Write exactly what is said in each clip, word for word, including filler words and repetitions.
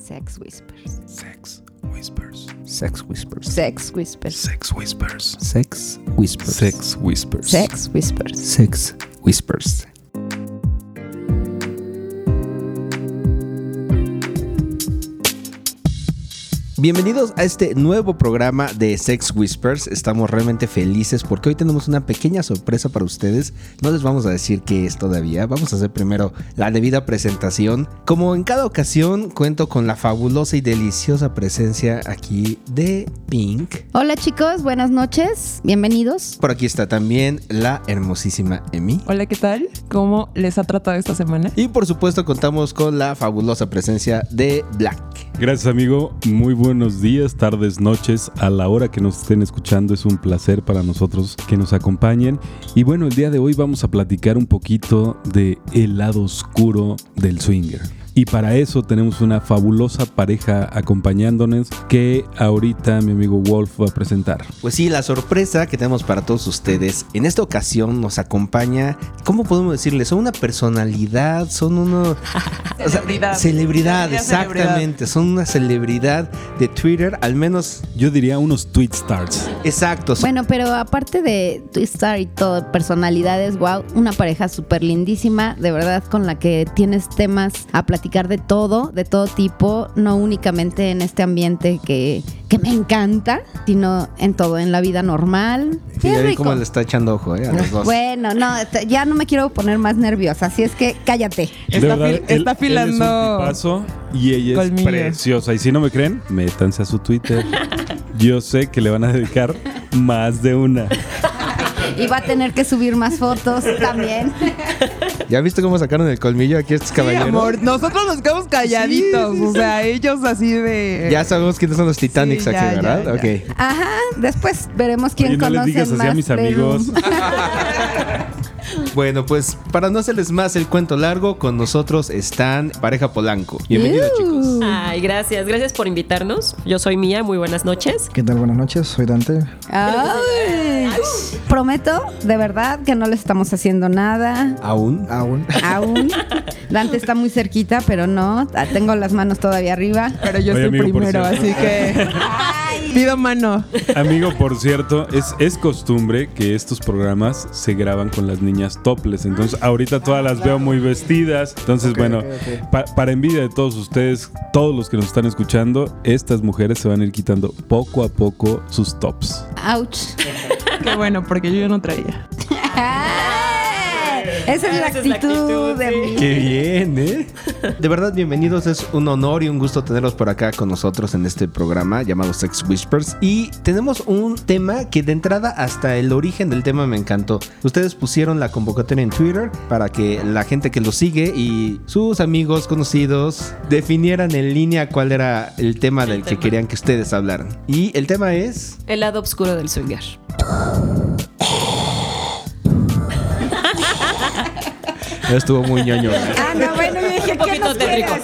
Sex Whispers. Sex Whispers. Sex Whispers. Sex Whispers. Sex Whispers. Sex Whispers. Sex Whispers. Sex Whispers. Sex Whispers. Bienvenidos a este nuevo programa de Sex Whispers. Estamos realmente felices porque hoy tenemos una pequeña sorpresa para ustedes. No les vamos a decir qué es todavía. Vamos a hacer primero la debida presentación. Como en cada ocasión, cuento con la fabulosa y deliciosa presencia aquí de Pink. Hola chicos, buenas noches. Bienvenidos. Por aquí está también la hermosísima Emi. Hola, ¿qué tal? ¿Cómo les ha tratado esta semana? Y por supuesto contamos con la fabulosa presencia de Black. Gracias, amigo. Muy buenos días, tardes, noches. A la hora que nos estén escuchando, es un placer para nosotros que nos acompañen. Y bueno, el día de hoy vamos a platicar un poquito de el lado oscuro del swinger. Y para eso tenemos una fabulosa pareja acompañándonos que ahorita mi amigo Wolf va a presentar. Pues sí, la sorpresa que tenemos para todos ustedes en esta ocasión nos acompaña, ¿cómo podemos decirle? Son una personalidad, son uno... Celebridad. O sea, celebridad, exactamente. Celebridad. Son una celebridad de Twitter, al menos... Yo diría unos tweet stars. Exacto. Bueno, pero aparte de Twitter y todo, personalidades, wow, una pareja súper lindísima, de verdad, con la que tienes temas a platicar de todo, de todo tipo, no únicamente en este ambiente que, que me encanta, sino en todo, en la vida normal. Sí, Qué ya vi rico. cómo le está echando ojo, ¿eh? A los dos. Bueno, no, ya no me quiero poner más nerviosa, así es que cállate. De Está, verdad, fil- está él- él afilando. es un tipazo y ella es colmillos. preciosa. Y si no me creen, métanse a su Twitter. Yo sé que le van a dedicar más de una. Y va a tener que subir más fotos también. ¿Ya viste cómo sacaron el colmillo aquí estos Sí, caballeros? amor, nosotros nos quedamos calladitos. Sí, sí, O sea, ellos así de. Ya sabemos quiénes son los Titanics Sí, aquí, ya, ¿verdad? ya, ya. Ok. Ajá, después veremos quién Oye, no les conoce digas así más a mis del- amigos. Bueno, pues para no hacerles más el cuento largo, con nosotros están Pareja Polanco. Bienvenidos, Ew. chicos. Ay, gracias, gracias por invitarnos. Yo soy Mía, muy buenas noches. ¿Qué tal? Buenas noches, soy Dante. Ay. Prometo, de verdad, que no les estamos haciendo nada. ¿Aún? Aún. Aún. Dante está muy cerquita, pero no. Tengo las manos todavía arriba. Pero yo Oye, soy amigo, por primero, cierto. así que. Pido mano. Amigo, por cierto, es, es costumbre que estos programas se graban con las niñas topless. Entonces, ahorita todas las veo muy vestidas. Entonces, Ok, bueno, ok, ok. pa- para envidia de todos ustedes, todos los que nos están escuchando, estas mujeres se van a ir quitando poco a poco sus tops. Ouch. Qué bueno, porque yo no traía. Esa es la Esa es la actitud actitud, de sí. mí. Qué bien, ¿eh? De verdad, bienvenidos. Es un honor y un gusto tenerlos por acá con nosotros en este programa llamado Sex Whispers. Y tenemos un tema que de entrada hasta el origen del tema me encantó. Ustedes pusieron la convocatoria en Twitter para que la gente que lo sigue y sus amigos conocidos definieran en línea cuál era el tema del que querían que ustedes hablaran. Y el tema es... El lado oscuro del swinger. Estuvo muy ñoño. Ah, no, bueno, yo dije, Un ¿qué poquito nos quiere tétrico.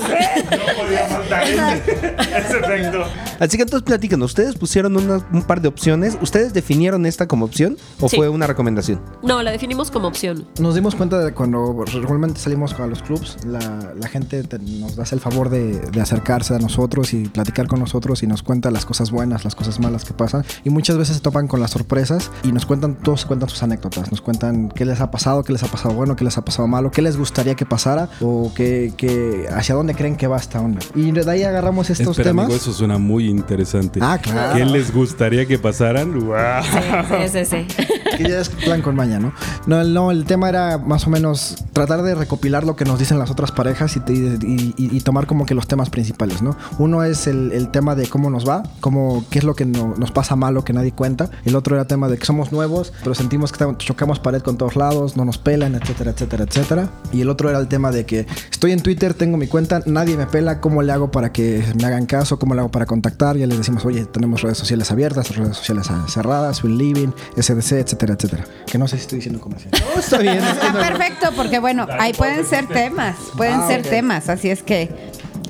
hacer? Así que entonces platícanos, ¿ustedes pusieron una- un par de opciones? ¿Ustedes definieron esta como opción o Sí. fue una recomendación? No, la definimos como opción. Nos dimos cuenta de cuando regularmente salimos a los clubs, la, la gente te- nos hace el favor de, de acercarse a nosotros y platicar con nosotros y nos cuenta las cosas buenas, las cosas malas que pasan. Y muchas veces se topan con las sorpresas y nos cuentan, todos cuentan sus anécdotas, nos cuentan qué les ha pasado, qué les ha pasado bueno, qué les ha pasado malo, qué les gustaría que pasara o qué, qué- hacia dónde creen que va esta onda. Y de ahí agarramos estos Espera, temas. amigo, eso suena muy interesante. Ah, claro. ¿Qué les gustaría que pasaran? ¡Wow! Sí, sí, sí. Que ya es plan con maña, ¿no? No el, no, el tema era más o menos tratar de recopilar lo que nos dicen las otras parejas y, te- y- y- y tomar como que los temas principales, ¿no? Uno es el, el tema de cómo nos va, cómo, qué es lo que no- nos pasa malo que nadie cuenta. El otro era el tema de que somos nuevos, pero sentimos que estamos- chocamos pared con todos lados, no nos pelan, etcétera, etcétera, etcétera. Y el otro era el tema de que estoy en Twitter, tengo mi cuenta, nadie me pela, ¿cómo le hago para que me hagan caso? ¿Cómo le hago para contactar? Ya les decimos, oye, tenemos redes sociales abiertas, redes sociales cerradas, Will Living, S D C, etcétera, etcétera. Que no sé si estoy diciendo comercial. No, está bien. es que Está no- perfecto, porque bueno, ahí pueden ser temas, pueden Ah, ser ok. temas, así es que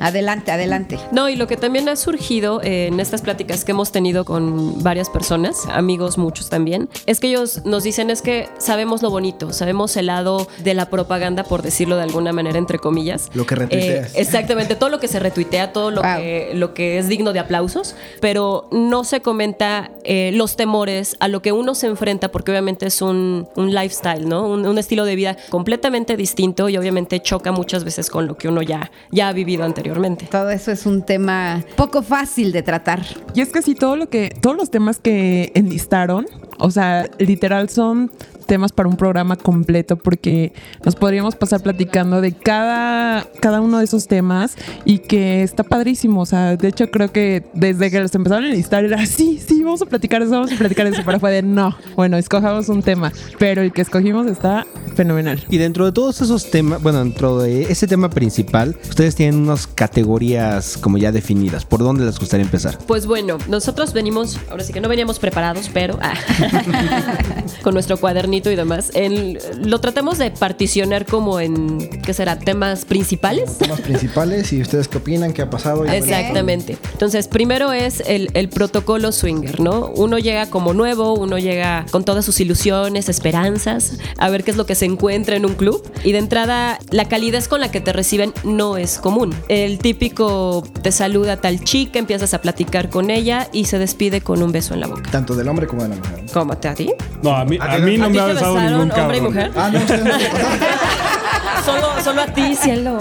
Adelante, adelante. No, y lo que también ha surgido eh, en estas pláticas que hemos tenido con varias personas, amigos muchos también, es que ellos nos dicen es que sabemos lo bonito, sabemos el lado de la propaganda, por decirlo de alguna manera, entre comillas. Lo que retuiteas. Eh, exactamente, todo lo que se retuitea, todo lo, Wow. que, lo que es digno de aplausos, pero no se comenta eh, los temores a lo que uno se enfrenta, porque obviamente es un, un lifestyle, ¿no? Un, un estilo de vida completamente distinto y obviamente choca muchas veces con lo que uno ya, ya ha vivido anteriormente. Todo eso es un tema poco fácil de tratar. Y es que sí, todo lo que, todos los temas que enlistaron, o sea, literal son temas para un programa completo, porque nos podríamos pasar platicando de cada, cada uno de esos temas y que está padrísimo. O sea, de hecho creo que desde que los empezaron a enlistar era sí, sí, vamos a platicar eso, vamos a platicar eso, pero fue de no, bueno, escojamos un tema, pero el que escogimos está fenomenal. Y dentro de todos esos temas, bueno, dentro de ese tema principal, ustedes tienen unas categorías como ya definidas. ¿Por dónde les gustaría empezar? Pues bueno, nosotros venimos, ahora sí que no veníamos preparados, pero ah, con nuestro cuadernito y demás, en, lo tratamos de particionar como en, ¿qué será? Temas principales. Temas principales y ustedes qué opinan, qué ha pasado. Y Exactamente. Entonces, primero es el, el protocolo swinger, ¿no? Uno llega como nuevo, uno llega con todas sus ilusiones, esperanzas, a ver qué es lo que se encuentra en un club. Y de entrada, la calidez con la que te reciben no es común. El típico te saluda tal chica, empiezas a platicar con ella y se despide con un beso en la boca. Tanto del hombre como de la mujer. ¿Cómo te a ti? No, a mí, a mí no ¿A me ti ha te besado besaron, ningún hombre y cabrón. mujer? Ah, no, ustedes no. Solo, solo a ti, cielo.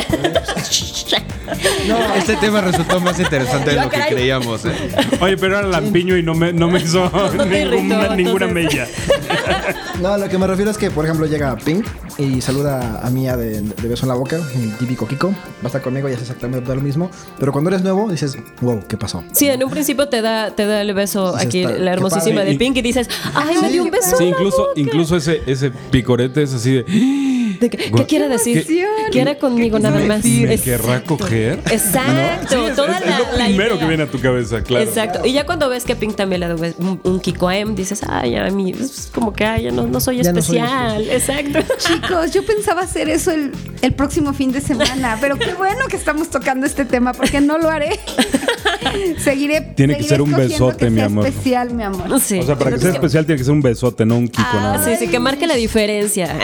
No, este tema resultó más interesante de Ah, lo que caray. creíamos. ¿eh? Oye, pero era lampiño y no me, no me hizo te irritó, ninguna, ninguna entonces. mella. No, lo que me refiero es que, por ejemplo, llega Pink y saluda a Mía de, de beso en la boca, el típico Kiko. Va a estar conmigo y hace exactamente lo mismo. Pero cuando eres nuevo, dices, wow, ¿qué pasó? Sí, en un principio te da, te da el beso Dices, aquí, está- la hermosísima qué de padre. Pink, y dices, ay, me dio un beso. Sí, en la incluso, boca. incluso ese, ese picorete es así de... ¿De qué, ¿Qué quiere decir? emoción! Quiere conmigo nada más. decir? ¿Me Es- querrá coger? Exacto. Sí, es, toda es- la, es lo la primero idea. que viene a tu cabeza, claro. Exacto. Y ya cuando ves que Pink también le da un, un Kiko a M, dices, ay, a mí, es como que ay, ya no, no soy Ya no soy especial. Exacto. Chicos, yo pensaba hacer eso el, el próximo fin de semana, pero qué bueno que estamos tocando este tema porque no lo haré. Seguiré. Tiene que seguiré ser un escogiendo besote, que mi sea amor. especial, mi amor. Sí. O sea, para que sea especial tiene que ser un besote, no un Kiko Ah, nada más. Sí, sí, que marque la diferencia.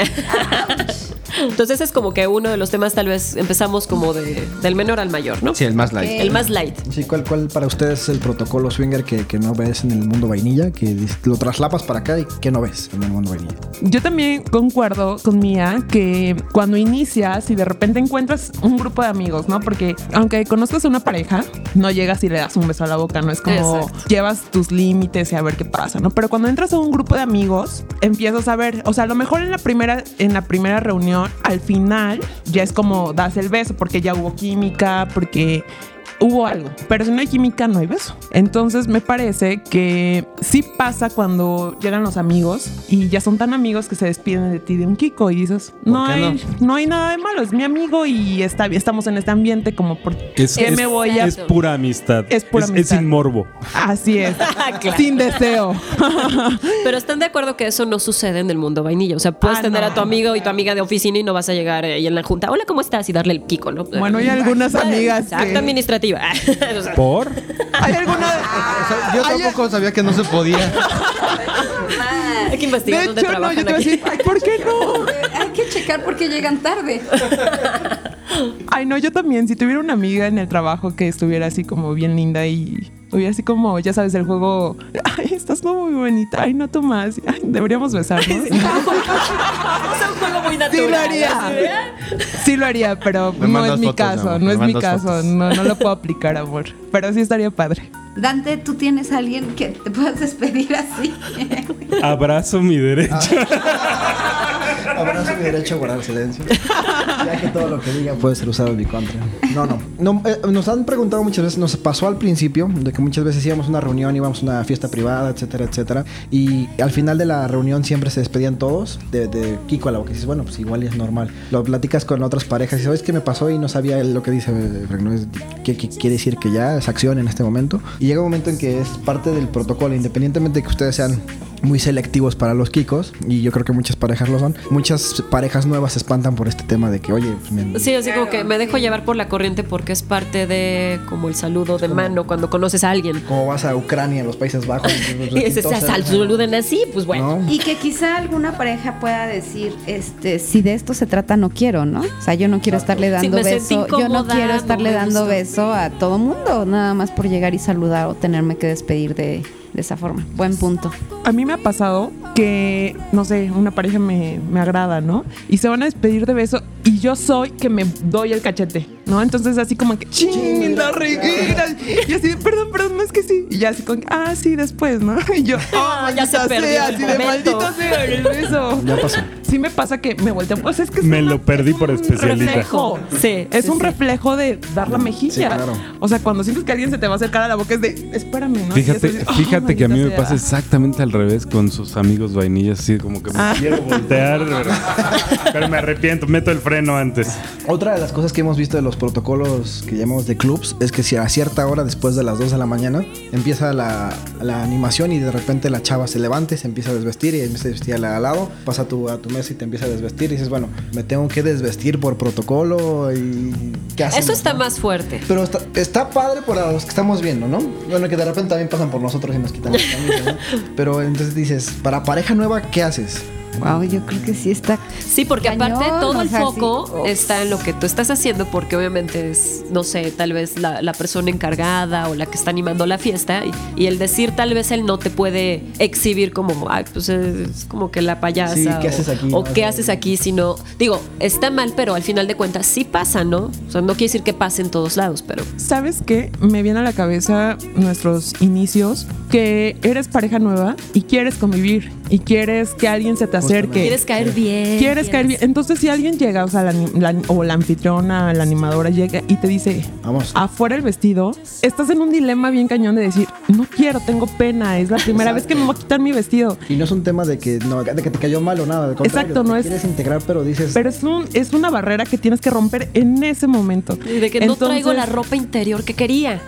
Entonces es como que uno de los temas tal vez empezamos como de, del menor al mayor, ¿no? Sí, el más light. El más light. Sí, ¿cuál, ¿cuál para ustedes es el protocolo swinger que, que no ves en el mundo vainilla? Que dis- lo traslapas para acá y que no ves en el mundo vainilla. Yo también concuerdo con Mía que cuando inicias y de repente encuentras un grupo de amigos, ¿no? Porque aunque conozcas a una pareja, no llegas y le das un beso a la boca, no es como Exacto. llevas tus límites y a ver qué pasa, ¿no? Pero cuando entras a un grupo de amigos, empiezas a ver, o sea, a lo mejor en la primera, en la primera reunión, al final ya es como das el beso porque ya hubo química, porque hubo algo, pero si no hay química no hay beso. Entonces me parece que sí pasa cuando llegan los amigos y ya son tan amigos que se despiden de ti de un Kiko y dices, no qué hay, no? hay nada de malo, es mi amigo y está, estamos en este ambiente como por Es, qué es- me voy a... es pura amistad. Es pura amistad. Es sin morbo. Así es, Claro. sin deseo. Pero están de acuerdo que eso no sucede en el mundo vainilla. O sea, puedes Ah, tener no. a tu amigo y tu amiga de oficina y no vas a llegar ahí en la junta. Hola, ¿cómo estás? Y darle el Kiko, ¿no? Bueno, hay algunas amigas Acta que... administrativa. O sea, ¿Por? Hay alguna... O sea, yo tampoco sabía que no se podía. hay que De investigar dónde hecho, no, trabajan yo te voy a aquí. decir, ay, ¿por qué no? Hay que checar por qué llegan tarde. Ay, no, yo también. Si tuviera una amiga en el trabajo que estuviera así como bien linda y hubiera así como, ya sabes, el juego, ay, estás como muy bonita, ay, no tú más, ay, deberíamos besarnos. Es un juego muy natural. Sí lo haría. así de, ah. Sí lo haría, pero Me no mandas es mi fotos, caso, amor, no me es mi mandas caso, fotos. no, no lo puedo aplicar, amor. Pero sí estaría padre. Dante, ¿tú tienes a alguien que te puedas despedir así? Abrazo mi derecho. Abrazo mi derecho a guardar silencio. Ya que todo lo que diga puede ser usado en mi contra. No, no. no eh, nos han preguntado muchas veces, nos pasó al principio, de que muchas veces íbamos a una reunión, íbamos a una fiesta privada, etcétera, etcétera. Y al final de la reunión siempre se despedían todos de, de Kiko a la boca. Y dices, bueno, pues igual es normal. Lo platicas con otras parejas y sabes qué me pasó y no sabía lo que dice Frank, ¿no? Es, ¿qué, qué quiere decir que ya es acción en este momento? Y llega un momento en que es parte del protocolo, independientemente de que ustedes sean muy selectivos para los kikos, y yo creo que muchas parejas lo son. Muchas parejas nuevas se espantan por este tema de que, oye, pues me... Sí, así como que me dejo llevar por la corriente porque es parte de como el saludo de mano cuando conoces a alguien. Como vas a Ucrania, en los Países Bajos, y ese se saluden así, pues bueno. ¿no? Y que quizá alguna pareja pueda decir, este, si de esto se trata, no quiero, ¿no? O sea, yo no quiero estarle dando me sentí beso, yo no incómoda, quiero no estarle me dando gustó. beso a todo mundo, nada más por llegar y saludar o tenerme que despedir de, de esa forma. Buen punto. A mí me ha pasado que, no sé, una pareja me, me agrada, ¿no? Y se van a despedir de beso y yo soy que me doy el cachete, ¿no? Entonces así como que, ¡ching! La reguera. Y así, perdón, perdón, no es que sí. Y ya así como, ah, sí, después, ¿no? Y yo, Ah, oh, ya se perdió el así de momento. maldito sea el beso. Ya pasó. Sí me pasa que me volteo. O sea, es que es Me una- lo perdí es un por especialita. reflejo. Sí, Es sí, un sí. reflejo de dar la mejilla. Sí, claro. O sea, cuando sientes que alguien se te va a acercar a la boca es de, espérame, ¿no? Fíjate, Y es así, fíjate oh, que a mí me maldita pasa sea. exactamente al revés con sus amigos vainillas, así como que me Ah. quiero voltear, pero, pero me arrepiento, meto el freno antes. Otra de las cosas que hemos visto de los protocolos que llamamos de clubs es que si a cierta hora después de las dos de la mañana empieza la, la animación y de repente la chava se levanta y se empieza a desvestir y empieza a vestir al lado, pasa a tu, a tu mesa y te empieza a desvestir y dices, bueno, me tengo que desvestir por protocolo y ¿qué hacemos? Eso está no? más fuerte. Pero está, está padre para los que estamos viendo, ¿no? Bueno, que de repente también pasan por nosotros y nos quitan las camisas, ¿no? Pero entonces dices, para pareja nueva, ¿qué haces? Wow, yo creo que sí está. Sí, porque Cañón, aparte todo o el sea, foco sí. Oh. está en lo que tú estás haciendo, porque obviamente es, no sé, tal vez la, la persona encargada o la que está animando la fiesta, y, y el decir tal vez él no te puede exhibir como, ay, pues es como que la payasa. Sí, ¿qué o, haces aquí, o no? qué haces aquí, sino, digo, está mal, pero al final de cuentas sí pasa, ¿no? O sea, no quiere decir que pase en todos lados, pero... ¿Sabes qué? Me viene a la cabeza nuestros inicios, que eres pareja nueva y quieres convivir y quieres que alguien se te acerque. Quieres caer bien. Quieres caer bien. Entonces, si alguien llega, o sea, la, ani- la- o la anfitriona, la animadora llega y te dice, Vamos. afuera el vestido, estás en un dilema bien cañón de decir, no quiero, tengo pena, es la primera vez que me voy a quitar mi vestido. Y no es un tema de que, no, de que te cayó mal o nada. Al contrario, Exacto, no te es- quieres integrar, pero dices... Pero es, un, es una barrera que tienes que romper en ese momento. Y de que no Entonces- traigo la ropa interior que quería.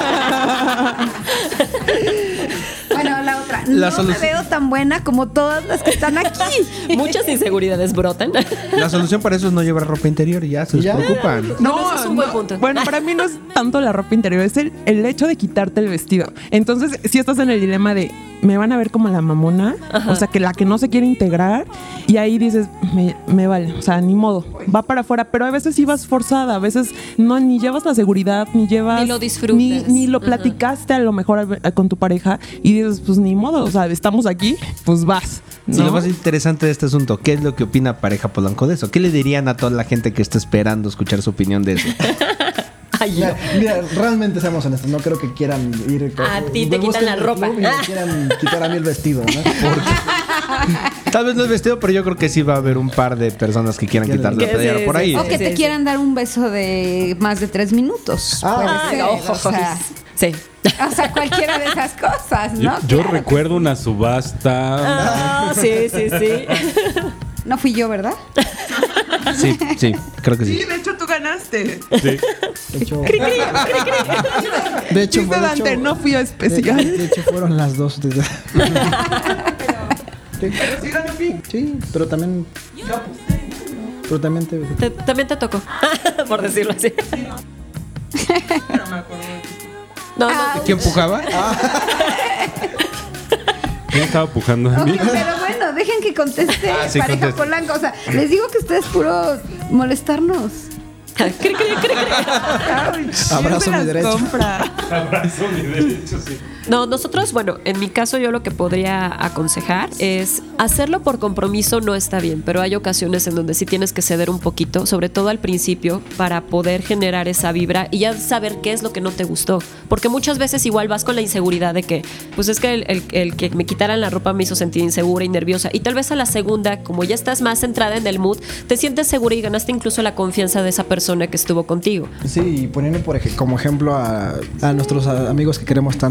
Bueno, la otra. La no solución- me veo tan buena como todas las que están aquí. Muchas inseguridades brotan. La solución para eso es no llevar ropa interior y ya se ¿Y ya? preocupan. No, ese es un buen punto. Bueno, para mí no es tanto la ropa interior, es el, el hecho de quitarte el vestido. Entonces, si estás en el dilema de me van a ver como la mamona, o sea, que la que no se quiere integrar, y ahí dices, me, me vale, o sea, ni modo, va para afuera, pero a veces sí vas forzada, a veces no, ni llevas la seguridad, ni llevas... Ni lo disfrutas. Ni, ni lo Ajá. platicaste a lo mejor a- con tu pareja, y dices, pues ni modo, o sea, estamos aquí, pues vas. Y ¿no? lo más interesante de este asunto, ¿qué es lo que opina Pareja Polanco de eso? ¿Qué le dirían a toda la gente que está esperando escuchar su opinión de eso? Ay, Mira, mira, realmente seamos honestos, no creo que quieran ir con- A ti te busquen quitan la el ropa. club y me quieran quitar a mí el vestido, ¿no? Tal vez no es vestido, pero yo creo que sí va a haber un par de personas que quieran Que quitar la sí, playera sí, por sí, ahí. sí. O que te sí. quieran dar un beso de más de tres minutos. Ah, Puede Ay, ser, ojo, o sea, sí. o sea, cualquiera de esas cosas, Yo, ¿no? yo Claro. recuerdo una subasta. Ah, sí, sí, sí. No fui yo, ¿verdad? Sí, sí, creo que sí. de hecho tú ganaste. Sí. De hecho, de hecho, Dice de Dante, hecho- no fui yo de, especial. de hecho fueron las dos. de- Sí, sí, pero también. Pero también te. Te- también te tocó, por decirlo así. No, no, ¿Quién empujaba? ¿Quién estaba pujando a Ok, mí? pero bueno, dejen que conteste Ah, sí, Pareja conteste. Polanco. O sea, les digo que ustedes puro molestarnos. Cri, cri, cri, cri. Abrazo mi derecho. Compra. Abrazo mi derecho, sí. No, nosotros, bueno, en mi caso yo lo que podría aconsejar es hacerlo por compromiso no está bien, pero hay ocasiones en donde sí tienes que ceder un poquito, sobre todo al principio, para poder generar esa vibra y ya saber qué es lo que no te gustó. Porque muchas veces igual vas con la inseguridad de que, pues es que el, el- el que me quitaran la ropa me hizo sentir insegura y nerviosa. Y tal vez a la segunda, como ya estás más centrada en el mood, te sientes segura y ganaste incluso la confianza de esa persona que estuvo contigo. Sí, y poniendo por ej- como ejemplo a, a nuestros a- amigos que queremos tanto, a los cachos,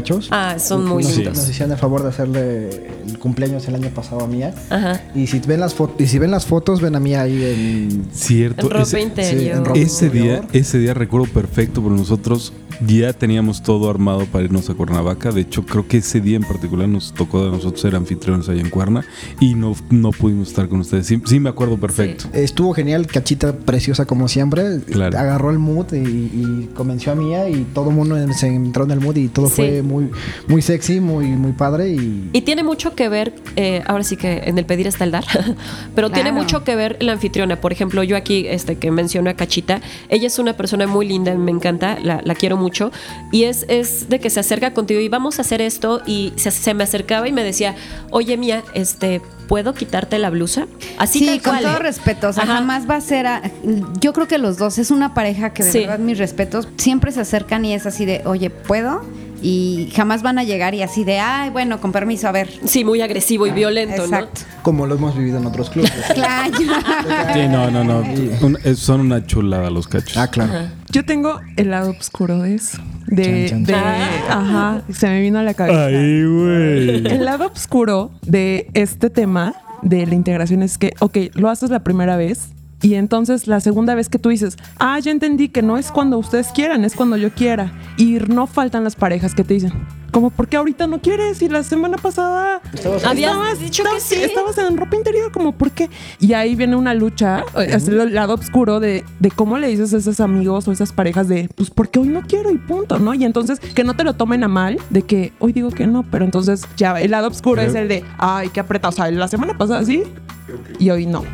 cachos. Ah, son muy nos, lindos. Nos hicieron el favor de hacerle el cumpleaños el año pasado a Mía. Ajá. Y si ven las fotos, y si ven las fotos, ven a Mía ahí en Cierto. En ropa ese, interior. sí, en ropa ese día, interior. ese día recuerdo perfecto, porque nosotros ya teníamos todo armado para irnos a Cuernavaca. De hecho, creo que ese día en particular nos tocó de nosotros ser anfitriones allá en Cuerna y no, no pudimos estar con ustedes. Sí, sí me acuerdo perfecto. Estuvo genial, Cachita preciosa como siempre. Claro. Agarró el mood y, y convenció a Mía y todo el mundo se entró en el mood y todo Sí. fue muy, muy sexy, muy, muy padre. Y, Y tiene mucho que ver, eh, ahora sí que en el pedir está el dar, pero tiene Claro. mucho que ver la anfitriona. Por ejemplo, yo aquí este, que menciono a Cachita, ella es una persona muy linda, me encanta, la, la quiero mucho. Y es, es de que se acerca contigo y vamos a hacer esto. Y se, se me acercaba y me decía, oye, Mía, este, ¿puedo quitarte la blusa? Así Sí, tal con cual, todo ¿eh? respeto, o sea, Ajá. jamás va a ser a- yo creo que los dos es una pareja que de Sí. verdad mis respetos, siempre se acercan y es así de, oye, ¿puedo? Y jamás van a llegar y así de, ay, bueno, con permiso, a ver. Sí, muy agresivo y violento, Exacto. como lo hemos vivido en otros clubes. Claro. Sí, no, no, no. Un- es- son una chulada los cachos. Ah, claro. Yo tengo el lado oscuro de eso. De, Chan, chan, de- chan. ajá, se me vino a la cabeza. Ay, güey. El lado oscuro de este tema de la integración es que, ok, lo haces la primera vez y entonces la segunda vez que tú dices, ah, ya entendí que no es cuando ustedes quieran, es cuando yo quiera. Y no faltan las parejas que te dicen, como, ¿por qué ahorita no quieres? Y la semana pasada Habías dicho que estabas- sí. estabas en ropa interior, como, ¿por qué? Y ahí viene una lucha, es el lado oscuro de, de cómo le dices a esos amigos o esas parejas de, pues, porque hoy no quiero y punto, ¿no? Y entonces que no te lo tomen a mal, de que hoy digo que no, pero entonces ya el lado oscuro Creo- es el de, ay, qué apretado, o sea, la semana pasada sí y hoy no.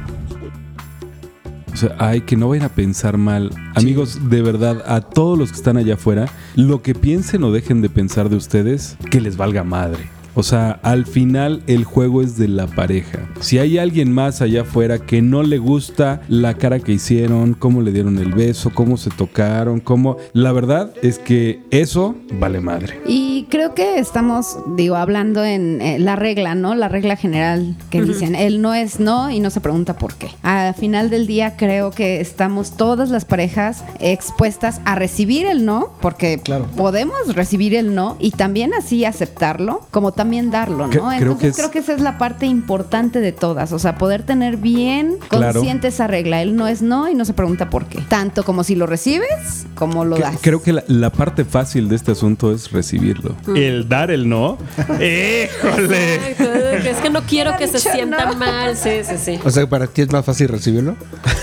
O sea, ay, que no vayan a pensar mal. Amigos, de verdad, a todos los que están allá afuera, lo que piensen o dejen de pensar de ustedes, que les valga madre. O sea, al final el juego es de la pareja. Si hay alguien más allá afuera que no le gusta la cara que hicieron, cómo le dieron el beso, cómo se tocaron, cómo... La verdad es que eso vale madre. Y creo que estamos, digo, hablando en eh, la regla, ¿no? La regla general que dicen, el no es no y no se pregunta por qué. Al final del día creo que estamos todas las parejas expuestas a recibir el no, porque Claro. podemos recibir el no y también así aceptarlo, como también darlo, Que- ¿no? creo Entonces que es- creo que esa es la parte importante de todas, o sea, poder tener bien Claro. consciente esa regla. El no es no y no se pregunta por qué. Tanto como si lo recibes, como lo Que- das. Creo que la, la parte fácil de este asunto es recibirlo. El dar el no. ¡Híjole! Ay, es que no quiero que se dicho, sienta no. mal. Sí, sí, sí. O sea, ¿para ti es más fácil recibirlo?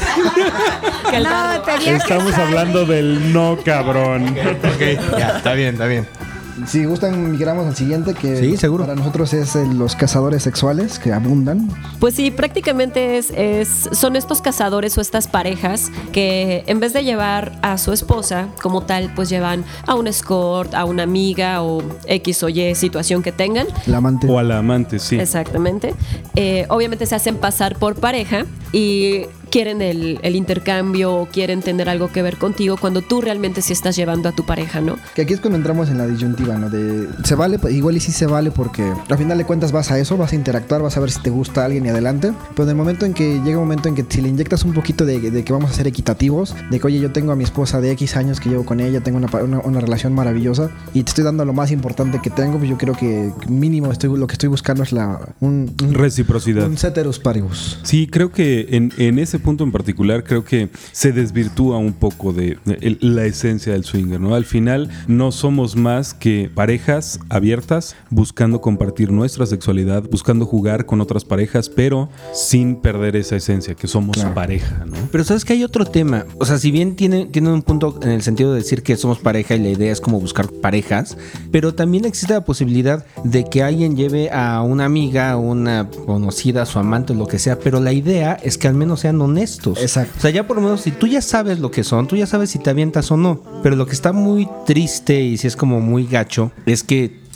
Que el No, darlo. tenía que Estamos salir. hablando del no, cabrón. Ok, ya, está bien, está bien. Si gustan, migramos al siguiente, que Sí, seguro. para nosotros es eh, los cazadores sexuales que abundan. Pues sí, prácticamente es, es, son estos cazadores o estas parejas que en vez de llevar a su esposa como tal, pues llevan a un escort, a una amiga o X o Y situación que tengan. El amante. O a la amante, sí. Exactamente. Eh, obviamente se hacen pasar por pareja y quieren el, el intercambio o quieren tener algo que ver contigo cuando tú realmente sí estás llevando a tu pareja, ¿no? Que aquí es cuando entramos en la disyuntiva, ¿no? De se vale, pues, igual y sí se vale porque al final de cuentas vas a eso, vas a interactuar, vas a ver si te gusta alguien y adelante. Pero en el momento en que llega un momento en que si le inyectas un poquito de, de que vamos a ser equitativos, de que oye, yo tengo a mi esposa de X años que llevo con ella, tengo una, pa- una, una relación maravillosa y te estoy dando lo más importante que tengo, pues yo creo que mínimo estoy, lo que estoy buscando es la un, un, Reciprocidad. un ceteris paribus. Sí, creo que en, en ese punto en particular, creo que se desvirtúa un poco de, de el- la esencia del swinger, ¿no? Al final no somos más que parejas abiertas buscando compartir nuestra sexualidad, buscando jugar con otras parejas, pero sin perder esa esencia, que somos Claro. pareja, ¿no? Pero sabes que hay otro tema. O sea, si bien tiene, tiene un punto en el sentido de decir que somos pareja y la idea es como buscar parejas, pero también existe la posibilidad de que alguien lleve a una amiga, una conocida, su amante, lo que sea, pero la idea es que al menos sean honestos. Exacto. O sea, ya por lo menos si tú ya sabes lo que son, tú ya sabes si te avientas o no. Pero lo que está muy triste y si es como muy gacho es que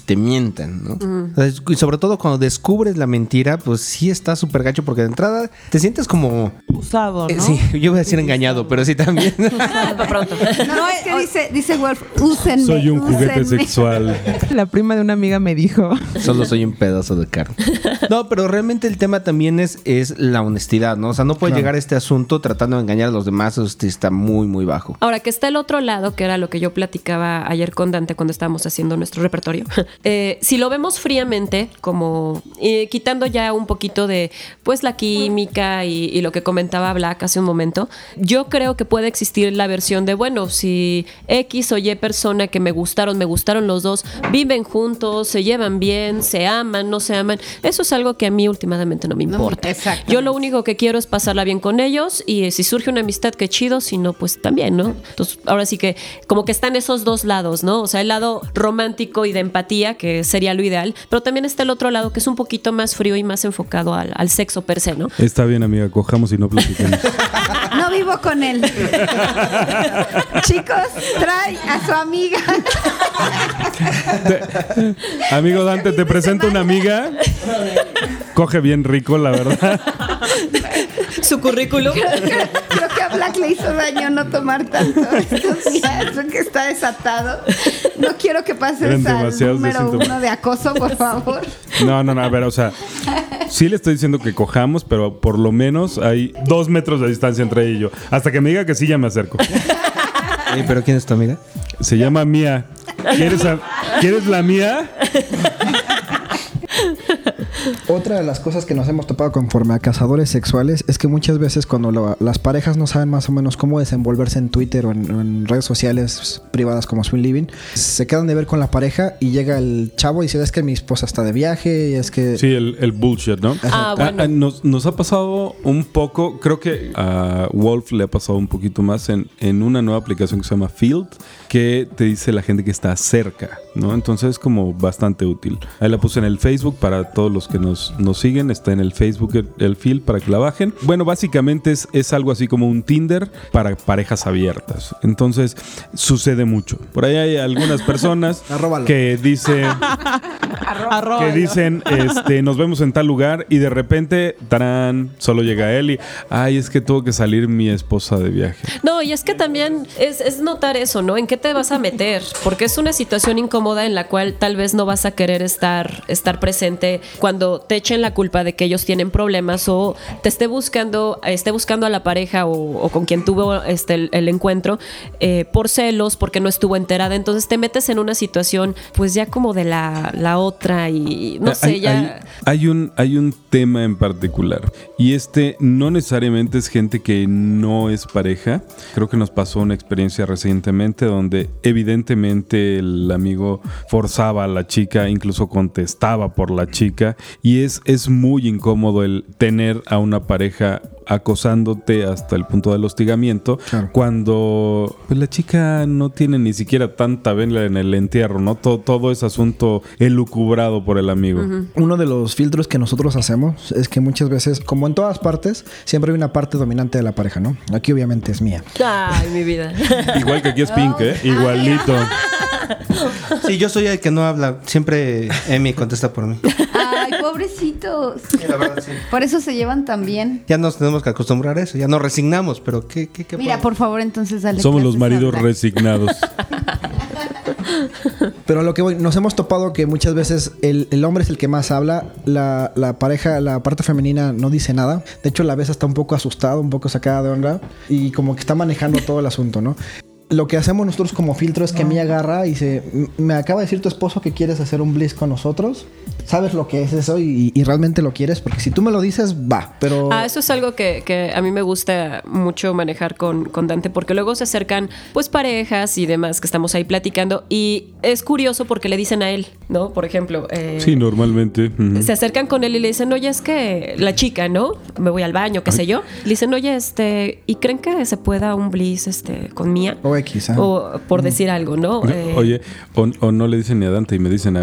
te mientan, ¿no? Uh-huh. O sea, y sobre todo cuando descubres la mentira, pues sí está súper gacho porque de entrada te sientes como... usado, ¿no? Eh, sí, yo voy a decir engañado, pero sí también. Para pronto. No, es que dice, dice Wolf, úsenme. Soy un juguete úsenme. sexual. La prima de una amiga me dijo. Solo soy un pedazo de carne. No, pero realmente el tema también es, es la honestidad, ¿no? O sea, no puede Claro. llegar a este asunto tratando de engañar a los demás, eso está muy, muy bajo. Ahora, que está el otro lado, que era lo que yo platicaba ayer con Dante cuando estábamos haciendo nuestro repertorio. Eh, si lo vemos fríamente, como eh, quitando ya un poquito de pues la química y, y lo que comentaba Black hace un momento, yo creo que puede existir la versión de, bueno, si X o Y persona que me gustaron, me gustaron los dos, viven juntos, se llevan bien, se aman, no se aman, eso es algo que a mí últimamente no me No, importa. exactamente. Yo lo único que quiero es pasarla bien con ellos y eh, si surge una amistad, qué chido, si no, pues también, ¿no? Entonces, ahora sí que como que están esos dos lados, ¿no? O sea, el lado romántico y de empatía, que sería lo ideal, pero también está el otro lado que es un poquito más frío y más enfocado al, al sexo per se, ¿no? Está bien, amiga, cojamos y no platiquemos. No vivo con él. Chicos, trae a su amiga. Te- amigo Dante, te presento una amiga. Coge bien rico, la verdad. Su currículum. Creo que a Black le hizo daño no tomar tanto estos días, porque está desatado. No quiero que pases Eran al demasiados número síntomas. uno de acoso, por favor. No, no, no, a ver, o sea, sí le estoy diciendo que cojamos, pero por lo menos hay dos metros de distancia entre ella y yo. Hasta que me diga que sí, ya me acerco. Oye, ¿pero quién es tu amiga? Se llama Mía. ¿Quieres, a- ¿quieres la Mía? Otra de las cosas que nos hemos topado conforme a cazadores sexuales es que muchas veces cuando lo- las parejas no saben más o menos cómo desenvolverse en Twitter o en, o en redes sociales privadas como Swing Living, se quedan de ver con la pareja y llega el chavo y dice, es que mi esposa está de viaje y es que... Sí, el, el bullshit, ¿no? Ah, bueno. Ah, ah, nos, nos ha pasado un poco, creo que a Wolf le ha pasado un poquito más en, en una nueva aplicación que se llama Field, que te dice la gente que está cerca, ¿no? Entonces es como bastante útil. Ahí la puse en el Facebook para todos los que nos, nos siguen, está en el Facebook el, el Field para que la bajen. Bueno, básicamente es, es algo así como un Tinder para parejas abiertas. Entonces sucede mucho. Por ahí hay algunas personas Arróbalo. que dicen... que dicen, este, nos vemos en tal lugar y de repente, tarán, solo llega él y, ay, es que tuvo que salir mi esposa de viaje. No, y es que también es, es notar eso, ¿no? ¿En qué te vas a meter? Porque es una situación incómoda en la cual tal vez no vas a querer estar, estar presente cuando te echen la culpa de que ellos tienen problemas o te esté buscando, esté buscando a la pareja o, o con quien tuvo este, el, el encuentro eh, por celos, porque no estuvo enterada. Entonces te metes en una situación, pues ya como de la, la otra y no sé, hay, ya... hay, hay un, hay un tema en particular y este no necesariamente es gente que no es pareja. Creo que nos pasó una experiencia recientemente donde evidentemente el amigo forzaba a la chica, incluso contestaba por la chica y es, es muy incómodo el tener a una pareja acosándote hasta el punto del hostigamiento, Claro. cuando pues, la chica no tiene ni siquiera tanta vela en el entierro, ¿no? Todo, todo es asunto elucubrado por el amigo. Uh-huh. Uno de los filtros que nosotros hacemos es que muchas veces, como en todas partes, siempre hay una parte dominante de la pareja, ¿no? Aquí obviamente es Mía. Ay, mi vida. Igual que aquí es Pink, ¿eh? Igualito. Sí, yo soy el que no habla. Siempre Emi contesta por mí. Ay, pobrecitos. Sí, la verdad, sí. Por eso se llevan tan bien. Ya nos tenemos que acostumbrar a eso. Ya nos resignamos, pero ¿qué? qué, qué Mira, podemos? por favor, entonces dale. Somos los clases a maridos Black. resignados. Pero a lo que voy, nos hemos topado que muchas veces el, el hombre es el que más habla, la, la pareja, la parte femenina no dice nada. De hecho, la ves hasta un poco asustada, un poco sacada de onda y como que está manejando todo el asunto, ¿no? Lo que hacemos nosotros como filtro es que Mía agarra y dice, me acaba de decir tu esposo que quieres hacer un bliss con nosotros. ¿Sabes lo que es eso? Y, y realmente lo quieres, porque si tú me lo dices, va. Pero Ah, eso es algo que, que a mí me gusta mucho manejar con, con Dante, porque luego se acercan pues parejas y demás que estamos ahí platicando y es curioso porque le dicen a él, ¿no? Por ejemplo, eh, Sí, normalmente. Uh-huh. se acercan con él y le dicen, oye, es que la chica, ¿no? Me voy al baño, qué sé yo. Le dicen, oye, este, ¿y creen que se pueda un bliss este, con Mía? O X, ¿eh? O por decir algo, ¿no? Eh, Oye, o, o no le dicen ni a Dante y me dicen a mí.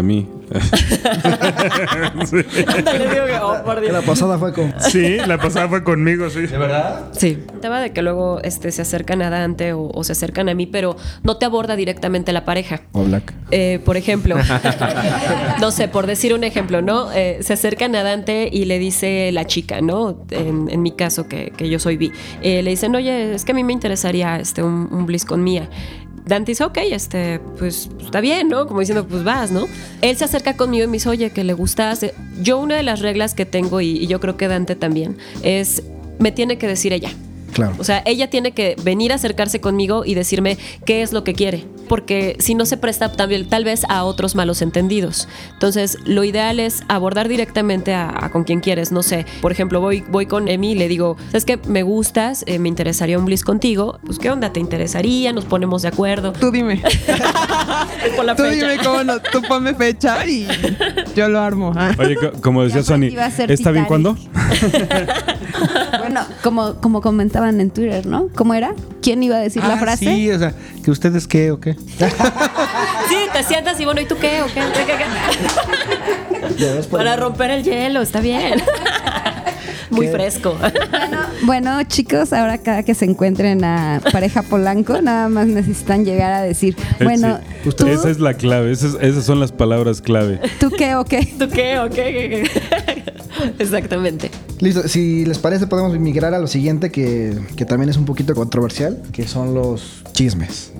Sí. Ándale, digo que, oh, por Que Dios. la pasada fue con... Sí, la pasada fue conmigo, sí. ¿De verdad? Sí. El tema de que luego este, se acercan a Dante o, o se acercan a mí, pero no te aborda directamente la pareja. O Black. Eh, por ejemplo, no sé, por decir un ejemplo, ¿no? Eh, se acercan a Dante y le dice la chica, ¿no? En, en mi caso, que, que yo soy bi, eh, le dicen, oye, es que a mí me interesaría este, un, un bliss con Mía. Dante dice, ok, este, pues está bien, ¿no? Como diciendo, pues vas, ¿no? Él se acerca conmigo y me dice, oye, que le gustas. Yo una de las reglas que tengo, y, y yo creo que Dante también, es, me tiene que decir ella. Claro. O sea, ella tiene que venir a acercarse conmigo y decirme qué es lo que quiere, porque si no se presta también, tal vez a otros malos entendidos. Entonces, lo ideal es abordar directamente a, a con quien quieres. No sé, por ejemplo, voy, voy con Emi y le digo, ¿sabes qué? Me gustas, eh, me interesaría un bliss contigo. Pues, ¿qué onda? ¿Te interesaría? Nos ponemos de acuerdo. Tú dime. Con la Tú fecha. dime cómo no. Tú ponme fecha y yo lo armo. Ah. Oye, co- como decía Ya Sony, iba a ser ¿está bien Titanic. cuándo? Bueno, como, como comentaban en Twitter, ¿no? ¿Cómo era? ¿Quién iba a decir la Ah, frase? sí, o sea, ¿que ustedes qué o qué? Sí, te sientas y bueno, ¿y tú qué? ¿O qué? ¿Qué, qué, qué? Ya ves, por- Para romper el hielo, está bien. Muy ¿Qué? fresco. Bueno, chicos, ahora cada que se encuentren a pareja Polanco, nada más necesitan llegar a decir, bueno, Sí. ¿tú, Esa es la clave, esas, esas son las palabras clave. ¿tú qué o qué? ¿Tú qué? ¿O qué? ¿Qué, qué? Exactamente. Listo, si les parece podemos migrar a lo siguiente que, que también es un poquito controversial, que son los chismes.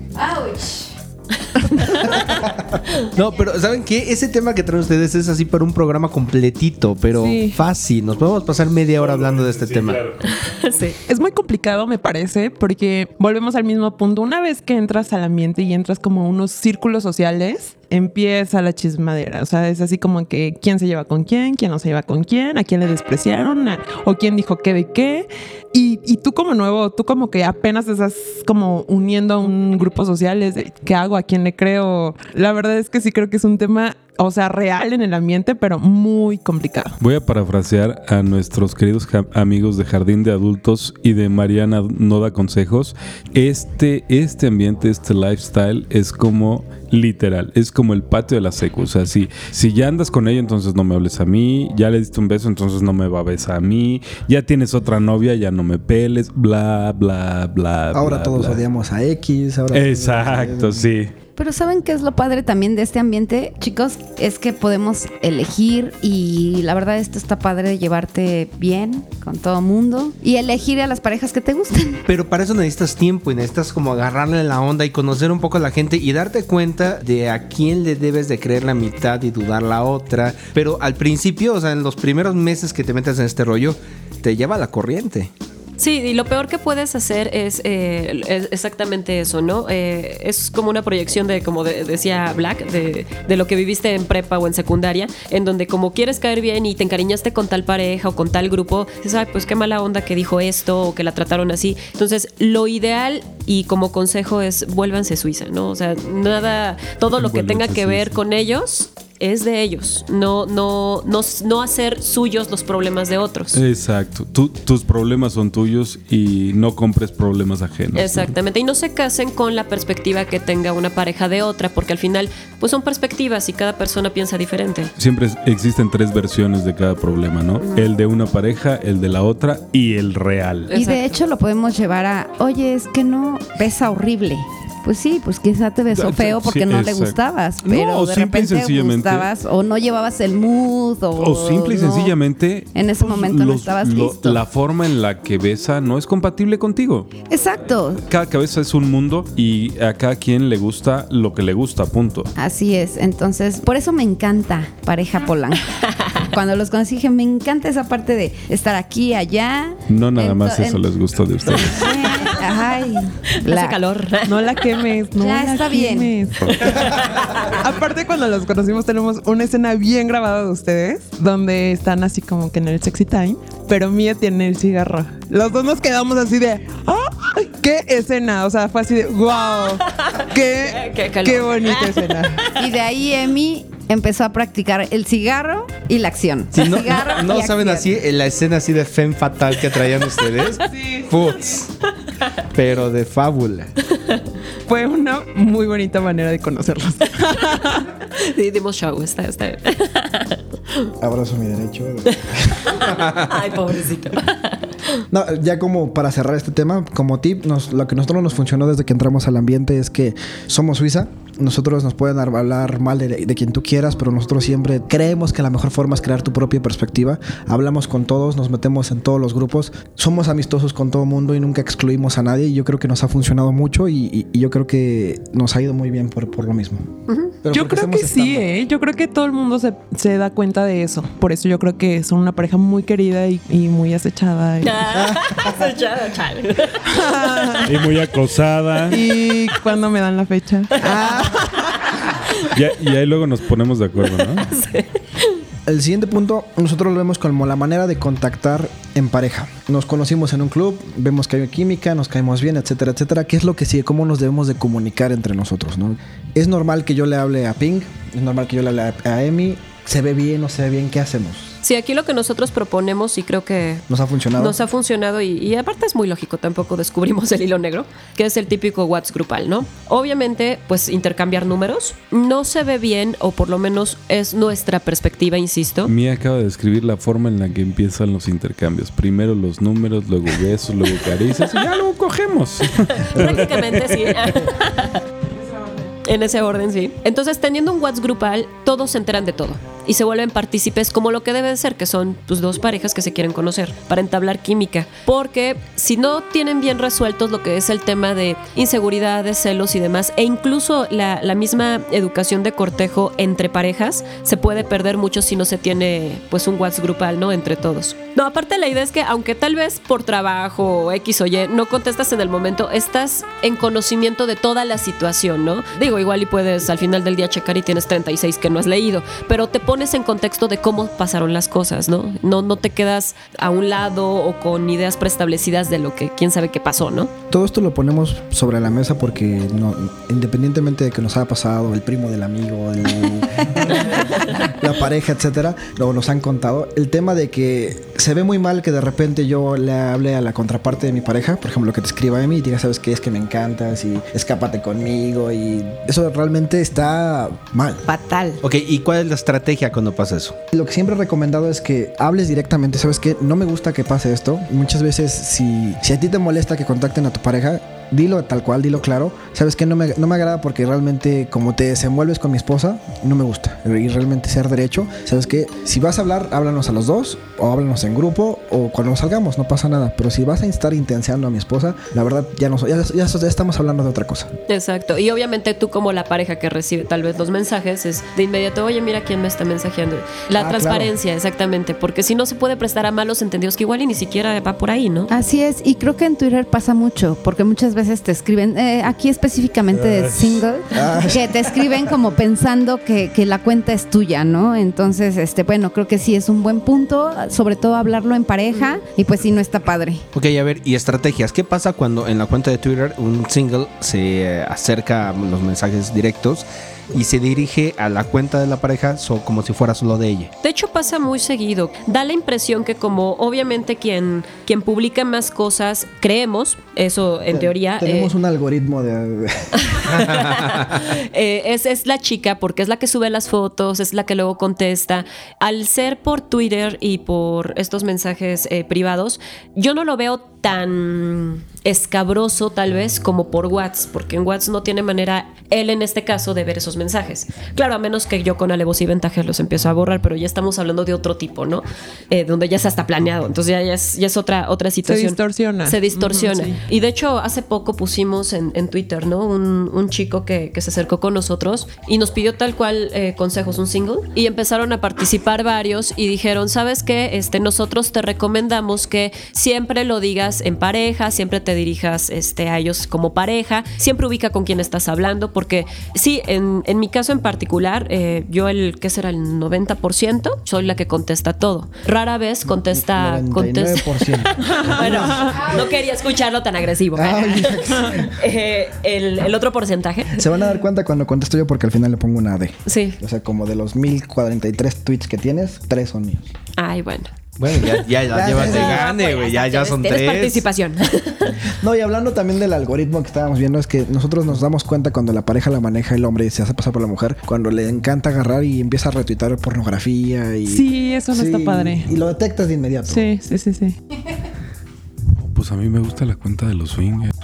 No, pero ¿saben qué? Ese tema que traen ustedes es así para un programa completito, pero Sí. fácil. Nos podemos pasar media hora hablando de este tema. Sí. Es muy complicado, me parece, porque volvemos al mismo punto. Una vez que entras al ambiente y entras como a unos círculos sociales, empieza la chismadera. O sea, es así como que quién se lleva con quién, quién no se lleva con quién, a quién le despreciaron, a- o quién dijo qué de qué. Y, y tú como nuevo, tú como que apenas te estás como uniendo a un grupo social, es de, ¿qué hago? ¿A quién le creo? La verdad es que sí creo que es un tema, o sea, real en el ambiente, pero muy complicado. Voy a parafrasear a nuestros queridos ja- amigos de Jardín de Adultos y de Mariana No Da Consejos. Este, este ambiente, este lifestyle es como literal, es como el patio de la secu. O sea, si, si ya andas con ella, entonces no me hables a mí. Ya le diste un beso, entonces no me va a besar a mí. Ya tienes otra novia, ya no me peles. Bla, bla, bla. Ahora bla, todos bla. odiamos a X. Ahora Exacto, sí. Pero ¿saben qué es lo padre también de este ambiente, chicos? Es que podemos elegir y la verdad esto está padre de llevarte bien con todo mundo y elegir a las parejas que te gusten. Pero para eso necesitas tiempo y necesitas como agarrarle la onda y conocer un poco a la gente y darte cuenta de a quién le debes de creer la mitad y dudar la otra. Pero al principio, o sea, en los primeros meses que te metes en este rollo, te lleva la corriente. Sí, y lo peor que puedes hacer es, eh, es exactamente eso, ¿no? Eh, es como una proyección de, como de- decía Black, de, de lo que viviste en prepa o en secundaria, en donde como quieres caer bien y te encariñaste con tal pareja o con tal grupo, dices, ay, pues qué mala onda que dijo esto o que la trataron así. Entonces, lo ideal y como consejo es vuélvanse Suiza, ¿no? O sea, nada, todo lo que Vuélvanse tenga que ver Suiza. con ellos es de ellos, no, no, no, no hacer suyos los problemas de otros. Exacto. Tú- tus problemas son tuyos y no compres problemas ajenos. ¿no? Exactamente, y no se casen con la perspectiva que tenga una pareja de otra, porque al final pues son perspectivas y cada persona piensa diferente. Siempre es- existen tres versiones de cada problema, ¿no? El de una pareja, el de la otra y el real. Y de Exacto. hecho lo podemos llevar a, oye, es que no, besa horrible. Pues sí, pues quizá te besó Sí, feo porque no le exacto. gustabas, No, pero de simple y repente sencillamente- gustabas o no llevabas el mood o, O simple y no. sencillamente... En ese momento no estabas listo. La forma en la que besa no es compatible contigo. Exacto, Cada cabeza es un mundo y a cada quien le gusta lo que le gusta, punto. así es. Entonces, por eso me encanta Pareja Polanco. Cuando los conocí dije, me encanta esa parte de estar aquí, allá. No nada más Ento- eso en- les gustó de ustedes. Eh, Ay, Hace Black. calor. No la quemes, no Ya la está bien. quemes. Aparte, cuando los conocimos, tenemos una escena bien grabada de ustedes, donde están así como que en el sexy time, pero Mía tiene el cigarro. Los dos nos quedamos así de, ¡ay! ¡Qué escena! O sea, fue así de, ¡wow! ¡Qué, Qué calor. qué bonita escena! Y de ahí Emi empezó a practicar el cigarro y la acción. Si no, Cigarro no y saben acción. así, en la escena así de femme fatal que traían ustedes. Sí. Puts. Pero de fábula. Fue una muy bonita manera de conocerlos. Sí, dimos show, está, está bien. Abrazo mi derecho. Ay, pobrecito. No, ya como para cerrar este tema, como tip, nos, lo que nosotros nos funcionó desde que entramos al ambiente es que somos Suiza. Nosotros nos pueden hablar mal de, de quien tú quieras, pero nosotros siempre creemos que la mejor forma es crear tu propia perspectiva. Hablamos con todos, nos metemos en todos los grupos, somos amistosos con todo el mundo y nunca excluimos a nadie. Y yo creo que nos ha funcionado mucho y, y, y yo creo que nos ha ido muy bien por, por lo mismo. Uh-huh. Pero yo creo que sí, ¿eh? Yo creo que todo el mundo se, se da cuenta de eso. Por eso yo creo que son una pareja muy querida y, y muy acechada. Y... acechada, chale. Y muy acosada. Y cuando me dan la fecha. Ya, y ahí luego nos ponemos de acuerdo, ¿no? Sí. El siguiente punto, nosotros lo vemos como la manera de contactar en pareja. Nos conocimos en un club, vemos que hay química, nos caemos bien, etcétera, etcétera. ¿Qué es lo que sigue? ¿Cómo nos debemos de comunicar entre nosotros, no? Es normal que yo le hable a Ping, es normal que yo le hable a, a Emi. ¿Se ve bien o no se ve bien? ¿Qué hacemos? Sí, aquí lo que nosotros proponemos y creo que nos ha funcionado. Nos ha funcionado y, y aparte es muy lógico, tampoco descubrimos el hilo negro, que es el típico WhatsApp grupal, ¿no? Obviamente, pues intercambiar números no se ve bien, o por lo menos es nuestra perspectiva, insisto. Mía acaba de describir la forma en la que empiezan los intercambios. Primero los números, luego besos, luego caricias y ya luego cogemos. Prácticamente sí. En ese orden, sí. Entonces, teniendo un WhatsApp grupal, todos se enteran de todo y se vuelven partícipes como lo que debe de ser, que son pues, dos parejas que se quieren conocer para entablar química. Porque si no tienen bien resueltos lo que es el tema de inseguridades, celos y demás, e incluso la, la misma educación de cortejo entre parejas, se puede perder mucho si no se tiene pues un WhatsApp grupal, ¿no? Entre todos. No, aparte la idea es que aunque tal vez por trabajo X o Y no contestas en el momento, estás en conocimiento de toda la situación, ¿no? Digo, igual y puedes al final del día checar y tienes treinta y seis que no has leído, pero te pones en contexto de cómo pasaron las cosas, ¿no? No, no te quedas a un lado o con ideas preestablecidas de lo que quién sabe qué pasó, ¿no? Todo esto lo ponemos sobre la mesa porque no, independientemente de que nos haya pasado el primo del amigo, el, la pareja, etcétera, luego nos han contado el tema de que se ve muy mal que de repente yo le hable a la contraparte de mi pareja, por ejemplo, que te escriba a mí y diga, ¿sabes qué? Es que me encantas y escápate conmigo, y eso realmente está mal. Fatal. Ok, ¿y cuál es la estrategia cuando pasa eso? Lo que siempre he recomendado es que hables directamente. ¿Sabes qué? No me gusta que pase esto. Muchas veces si, si a ti te molesta que contacten a tu pareja, dilo tal cual, dilo claro. ¿Sabes qué? No me, no me agrada porque realmente como te desenvuelves con mi esposa, no me gusta. Y realmente ser derecho. ¿Sabes qué? Si vas a hablar, háblanos a los dos, o háblanos en grupo, o cuando nos salgamos, no pasa nada. Pero si vas a estar intenseando a mi esposa, la verdad ya, no, ya, ya, ya estamos hablando de otra cosa. Exacto. Y obviamente tú como la pareja que recibe tal vez los mensajes, es de inmediato, oye, mira quién me está mensajeando. La ah, transparencia, claro. Exactamente. Porque si no se puede prestar a malos entendidos que igual y ni siquiera va por ahí, ¿no? Así es. Y creo que en Twitter pasa mucho, porque muchas veces te escriben, eh, aquí específicamente de single, que te escriben como pensando que, que la cuenta es tuya, ¿no? Entonces, este, bueno, creo que sí es un buen punto, sobre todo hablarlo en pareja, y pues sí, no está padre. Ok, a ver, y estrategias. ¿Qué pasa cuando en la cuenta de Twitter un single se eh, acerca a los mensajes directos y se dirige a la cuenta de la pareja so, como si fuera solo de ella? De hecho pasa muy seguido. Da la impresión que como obviamente quien, quien publica más cosas, creemos, eso en teoría... Tenemos eh, un algoritmo de... eh, es, es la chica porque es la que sube las fotos, es la que luego contesta. Al ser por Twitter y por estos mensajes eh, privados, yo no lo veo tan escabroso tal vez como por WhatsApp, porque en WhatsApp no tiene manera, él en este caso, de ver esos mensajes. Claro, a menos que yo con alevosía y ventaja los empiezo a borrar, pero ya estamos hablando de otro tipo, ¿no? Eh, donde ya está hasta planeado, entonces ya, ya, es, ya es otra, otra situación. Se distorsiona. Se distorsiona. Uh-huh, sí. Y de hecho, hace poco pusimos en, en Twitter, ¿no? Un, un chico que, que se acercó con nosotros y nos pidió tal cual eh, consejos, un single, y empezaron a participar varios y dijeron, ¿sabes qué? Este, nosotros te recomendamos que siempre lo digas en pareja, siempre te dirijas este, a ellos como pareja, siempre ubica con quién estás hablando, porque sí, en, en mi caso en particular, eh, yo el, ¿qué será? El noventa por ciento soy la que contesta todo. Rara vez contesta... noventa y nueve por ciento. contesta bueno, no quería escucharlo tan agresivo. eh, el, el otro porcentaje. Se van a dar cuenta cuando contesto yo porque al final le pongo una D. Sí. O sea, como de los mil cuarenta y tres tweets que tienes, tres son míos. Ay, bueno. Bueno, ya, ya, ya, Ya, llevas de ya, gane, güey. Ya, ya son Tienes tres. participación. No, y hablando también del algoritmo que estábamos viendo, es que nosotros nos damos cuenta cuando la pareja la maneja el hombre y se hace pasar por la mujer, cuando le encanta agarrar y empieza a retuitar pornografía y... Sí, eso no Sí, está padre. Y lo detectas de inmediato. Sí, sí, sí, sí. Pues a mí me gusta la cuenta de los swingers.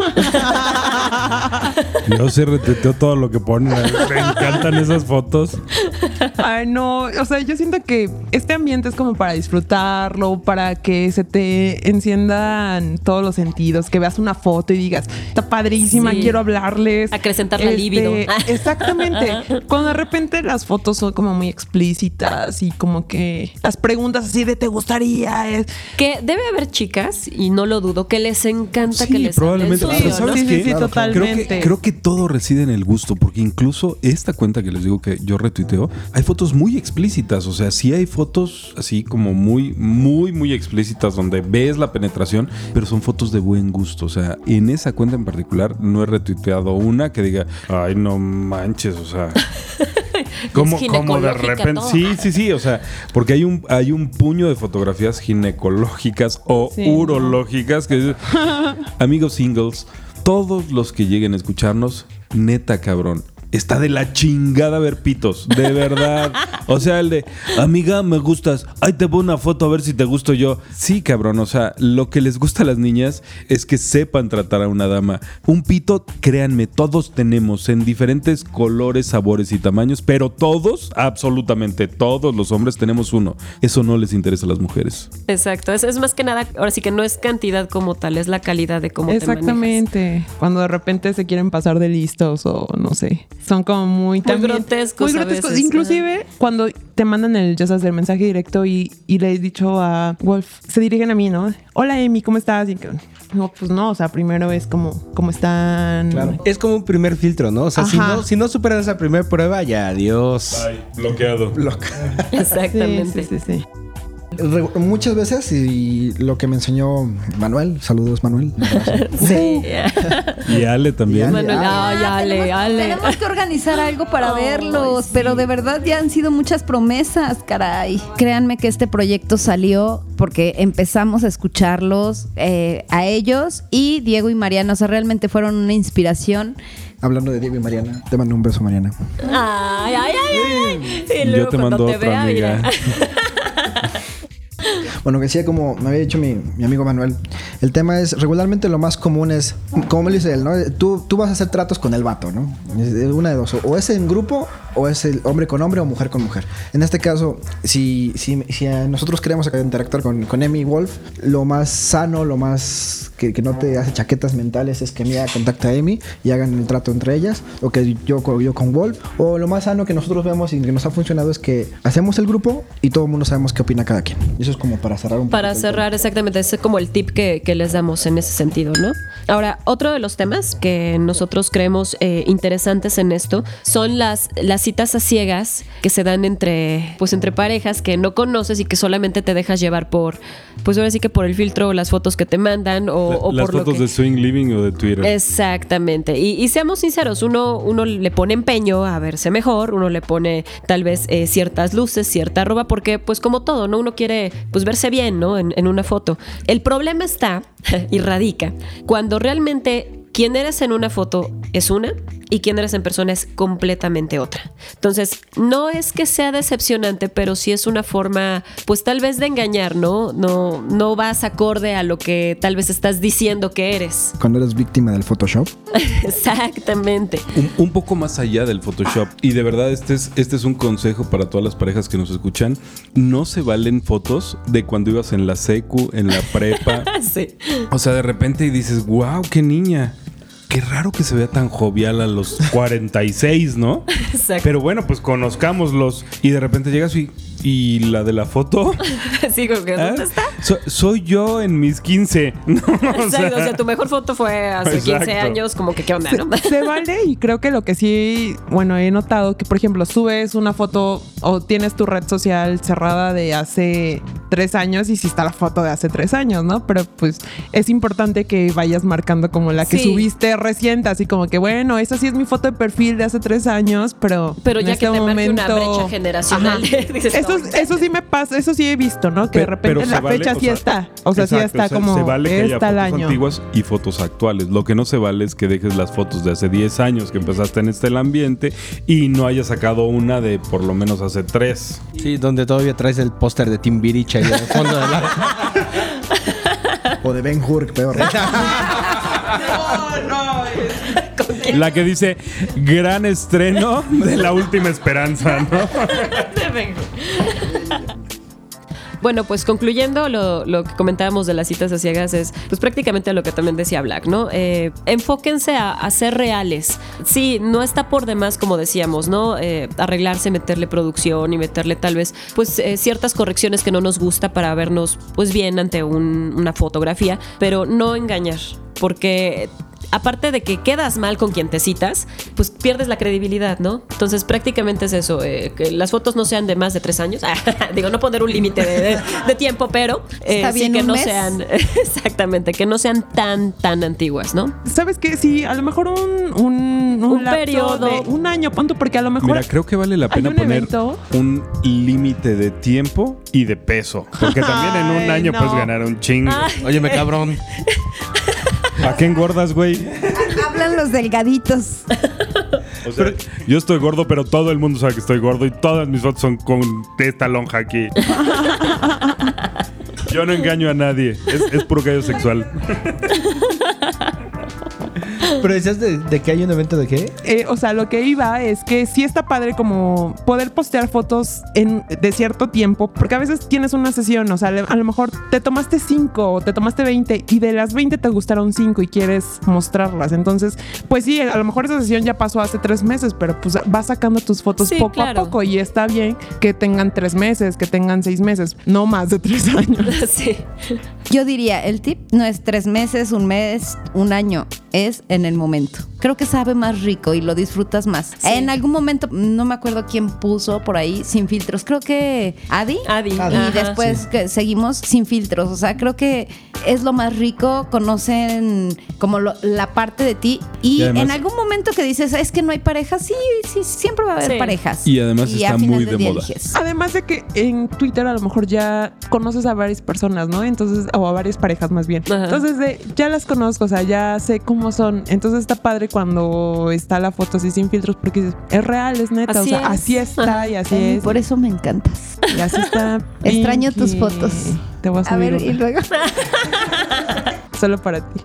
Yo sí retuiteo todo lo que ponen. Me encantan esas fotos. Ay, no, o sea, yo siento que este ambiente es como para disfrutarlo, para que se te enciendan todos los sentidos, que veas una foto y digas, está padrísima, Sí. quiero hablarles. Acrecentar la libido. Exactamente. Cuando de repente las fotos son como muy explícitas y como que las preguntas así de ¿te gustaría? Es... Que debe haber chicas, y no lo dudo, que les encanta Sí, que les probablemente. hablen Pero sucio, ¿sabes ¿no? Sí, qué? sí, sí, Claro, claro. Creo totalmente. que, creo que todo reside en el gusto, porque incluso esta cuenta que les digo que yo retuiteo, hay fotos muy explícitas, o sea, sí hay fotos así como muy, muy, muy explícitas donde ves la penetración, pero son fotos de buen gusto, o sea, en esa cuenta en particular no he retuiteado una que diga, ay, no manches, o sea... Como, Es como de ginecológica repente, todo. sí, sí, sí, o sea, porque hay un, hay un puño de fotografías ginecológicas o Sí, urológicas que amigos singles, todos los que lleguen a escucharnos, neta cabrón, está de la chingada ver pitos, de verdad. O sea, el de, amiga, me gustas, ahí te pongo una foto a ver si te gusto yo. Sí, cabrón, o sea, lo que les gusta a las niñas es que sepan tratar a una dama. Un pito, créanme, todos tenemos en diferentes colores, sabores y tamaños, pero todos, absolutamente todos los hombres tenemos uno. Eso no les interesa a las mujeres. Exacto, es, es más que nada, ahora sí que no es cantidad como tal, es la calidad de cómo te manejas. Exactamente. Cuando de repente se quieren pasar de listos o no sé. Son como muy, también- grotescos Muy a grotescos. veces, Inclusive cuando te mandan el, ya sabes, el mensaje directo y, y le he dicho a Wolf, se dirigen a mí, ¿no? Hola, Emi, ¿cómo estás? Y que, no, pues no, o sea, primero es como, ¿cómo están? Claro. Es como un primer filtro, ¿no? O sea, si Ajá. no, si no superan esa primera prueba, ya, adiós. Ay, bloqueado. Exactamente. Sí, sí, sí, sí. Re- Muchas veces, y lo que me enseñó Manuel, saludos Manuel. Sí. Y Ale también. Y Ale. Manuel, Ah, ay, Ale, tenemos, Ale. tenemos que organizar algo para Ay, verlos, sí. pero de verdad ya han sido muchas promesas, caray. Créanme que este proyecto salió porque empezamos a escucharlos eh, a ellos y Diego y Mariana, o sea, realmente fueron una inspiración. Hablando de Diego y Mariana, te mando un beso, Mariana. Ay, ay, ay, ay. Y Yo luego te cuando mando te otra vea, amiga. mira. Bueno, que decía, como me había dicho mi, mi amigo Manuel, el tema es, regularmente lo más común es, como me lo dice él, ¿no? Tú, tú vas a hacer tratos con el vato, ¿no? Es de una de dos, o es en grupo o es el hombre con hombre o mujer con mujer. En este caso, si, si, si a nosotros queremos interactuar con, con Emi y Wolf, lo más sano, lo más que, que no te hace chaquetas mentales es que Mia contacte a Emi y hagan el trato entre ellas, o que yo, yo con Wolf, o lo más sano que nosotros vemos y que nos ha funcionado es que hacemos el grupo y todo el mundo sabemos qué opina cada quien. Y eso es como para cerrar un Para poquito el cerrar, exactamente, ese es como el tip que, que les damos en ese sentido, ¿no? Ahora, otro de los temas que nosotros creemos eh, interesantes en esto son las, las citas a ciegas que se dan entre, pues, entre parejas que no conoces y que solamente te dejas llevar por, pues ahora sí que por el filtro o las fotos que te mandan o, o Las por lo fotos que... de Swing Living o de Twitter. Exactamente. Y, y seamos sinceros, uno, uno le pone empeño a verse mejor, uno le pone tal vez eh, ciertas luces, cierta arroba, porque pues como todo, ¿no? Uno quiere pues verse bien, ¿no? En, en una foto. El problema está y radica cuando realmente quién eres en una foto es una y quién eres en persona es completamente otra. Entonces, no es que sea decepcionante, pero sí es una forma, pues tal vez de engañar, ¿no? No, no vas acorde a lo que tal vez estás diciendo que eres. Cuando eres víctima del Photoshop. Exactamente. Un, un poco más allá del Photoshop. Y de verdad, este es, este es un consejo para todas las parejas que nos escuchan. No se valen fotos de cuando ibas en la secu, en la prepa. Sí. O sea, de repente y dices, wow, qué niña. Qué raro que se vea tan jovial a los cuarenta y seis, ¿no? Exacto. Pero bueno, pues conozcámoslos. Y de repente llegas y, y la de la foto. Sí, como que, ¿dónde ¿Ah? está? So- soy yo en mis quince. No, o Exacto, sea, o sea, tu mejor foto fue hace quince Exacto. años, como que qué onda, ¿no? Se vale y creo que lo que sí, bueno, he notado que, por ejemplo, subes una foto o tienes tu red social cerrada de hace tres años y sí está la foto de hace tres años, ¿no? Pero pues es importante que vayas marcando como la que Sí. subiste reciente, así como que, bueno, esa sí es mi foto de perfil de hace tres años, pero Pero en ya este que te marque una momento- brecha generacional, Ajá. dices, eso, no. eso sí me pasa, eso sí he visto, ¿no? Que de Pe- repente pero la se vale, fecha o sí sea, está. O sea, sí exacto, está o sea, como se vale que haya está el fotos año. antiguas y fotos actuales. Lo que no se vale es que dejes las fotos de hace diez años que empezaste en este ambiente y no hayas sacado una de por lo menos hace tres. Sí, donde todavía traes el póster de Timbiriche ahí en el fondo de la... O de Ben Hur, peor. La que dice gran estreno de La Última Esperanza, ¿no? Bueno, pues concluyendo lo, lo que comentábamos de las citas a ciegas es pues prácticamente lo que también decía Black, ¿no? Eh, enfóquense a, a ser reales. Sí, no está por demás, como decíamos, ¿no? Eh, arreglarse, meterle producción y meterle tal vez pues eh, ciertas correcciones que no nos gusta para vernos pues bien ante un, una fotografía, pero no engañar, porque... aparte de que quedas mal con quien te citas, pues pierdes la credibilidad, ¿no? Entonces prácticamente es eso, eh, que las fotos no sean de más de tres años. Digo, no poner un límite de, de, de tiempo, pero eh, Está sí bien, que un no mes. sean, exactamente, que no sean tan, tan antiguas, ¿no? ¿Sabes qué? Sí, a lo mejor un, un, un, Un lapso periodo. de un año, punto, porque a lo mejor... Mira, creo que vale la hay pena un poner evento. un límite de tiempo y de peso. Porque también en un Ay, año no. puedes ganar un chingo. Óyeme, cabrón. ¿A qué engordas, güey? Hablan los delgaditos. O sea, yo estoy gordo, pero todo el mundo sabe que estoy gordo y todas mis fotos son con esta lonja aquí. Yo no engaño a nadie. Es, es puro callo sexual. Pero decías de, de que hay un evento de qué? Eh, o sea, lo que iba es que sí está padre como poder postear fotos en, de cierto tiempo, porque a veces tienes una sesión, o sea, a lo mejor te tomaste cinco o te tomaste veinte y de las veinte te gustaron cinco y quieres mostrarlas. Entonces, pues sí, a lo mejor esa sesión ya pasó hace tres meses, pero pues vas sacando tus fotos Sí, poco claro. a poco y está bien que tengan tres meses, que tengan seis meses, no más de tres años. Sí. Yo diría, el tip no es tres meses, un mes, un año, es en el momento. Creo que sabe más rico y lo disfrutas más. Sí. En algún momento, no me acuerdo quién puso por ahí sin filtros. Creo que Adi. Adi. Y Ajá. después que seguimos sin filtros. O sea, creo que es lo más rico. Conocen como lo- la parte de ti. Y, Y además- en algún momento que dices, es que no hay parejas, sí, sí, siempre va a haber Sí. parejas. Y además a está final muy del de día moda. eliges. Además de que en Twitter a lo mejor ya conoces a varias personas, ¿no? Entonces, o a varias parejas más bien. Ajá. Entonces, de, ya las conozco, o sea, ya sé cómo son. Entonces está padre cuando está la foto así sin filtros porque dices, es real, es neta. Así o sea, es. así está Ajá. y así Ay, es. por eso me encantas. Y así está. Extraño Pinky. tus fotos. Te voy a A subir ver, y una. luego. Solo para ti.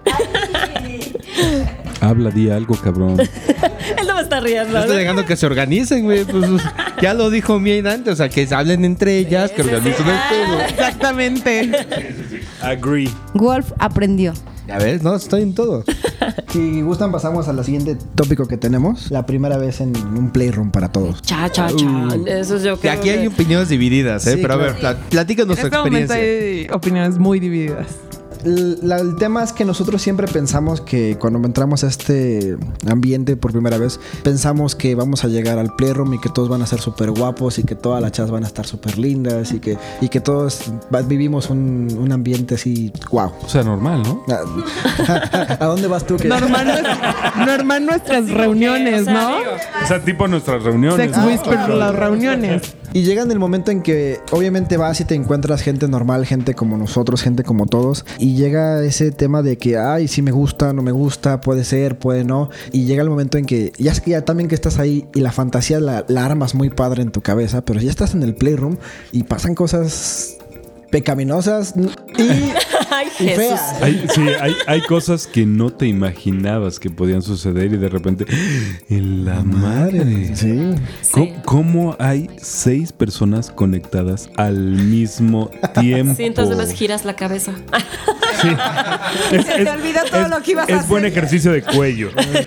Habla, di algo, cabrón. Él no me está riendo. No estoy dejando que se organicen, güey. Pues, ya lo dijo Mien antes. O sea, que hablen entre ellas, que organicen el pedo. Exactamente. Agree. Wolf aprendió. Ya ves, no, estoy en todo. Si gustan, pasamos al siguiente tópico que tenemos. La primera vez en un playroom para todos. Cha, cha, cha. Eso es yo Y creo. aquí hay que- opiniones divididas, ¿eh? Sí, Pero a claro. ver, pla- platícanos En tu este momento experiencia. hay opiniones muy divididas. El, la- el tema es que nosotros siempre pensamos que cuando entramos a este ambiente por primera vez, pensamos que vamos a llegar al playroom y que todos van a ser súper guapos y que todas las chas van a estar súper lindas y que, y que todos va- vivimos un, un ambiente así, wow. O sea, normal, ¿no? ¿A, a dónde vas tú? Que- Normal, nues- normal nuestras reuniones, o sea, ¿no? digo, O sea, tipo nuestras reuniones. Sex ¿no? Whisper, las reuniones. Y llega en el momento en que obviamente vas y te encuentras gente normal, gente como nosotros, gente como todos. Y llega ese tema de que, ay, sí me gusta, no me gusta, puede ser, puede no. Y llega el momento en que ya es que ya también que estás ahí y la fantasía la, la armas muy padre en tu cabeza, pero ya estás en el playroom y pasan cosas pecaminosas y, Ay, y Jesús. feas. Hay, sí, hay, hay cosas que no te imaginabas que podían suceder y de repente, en la madre. Sí. ¿Cómo, Sí. cómo hay seis personas conectadas al mismo tiempo? Sí, entonces más giras la cabeza. Sí. Es, Se te olvidó todo lo que ibas a es buen hacer. ejercicio de cuello.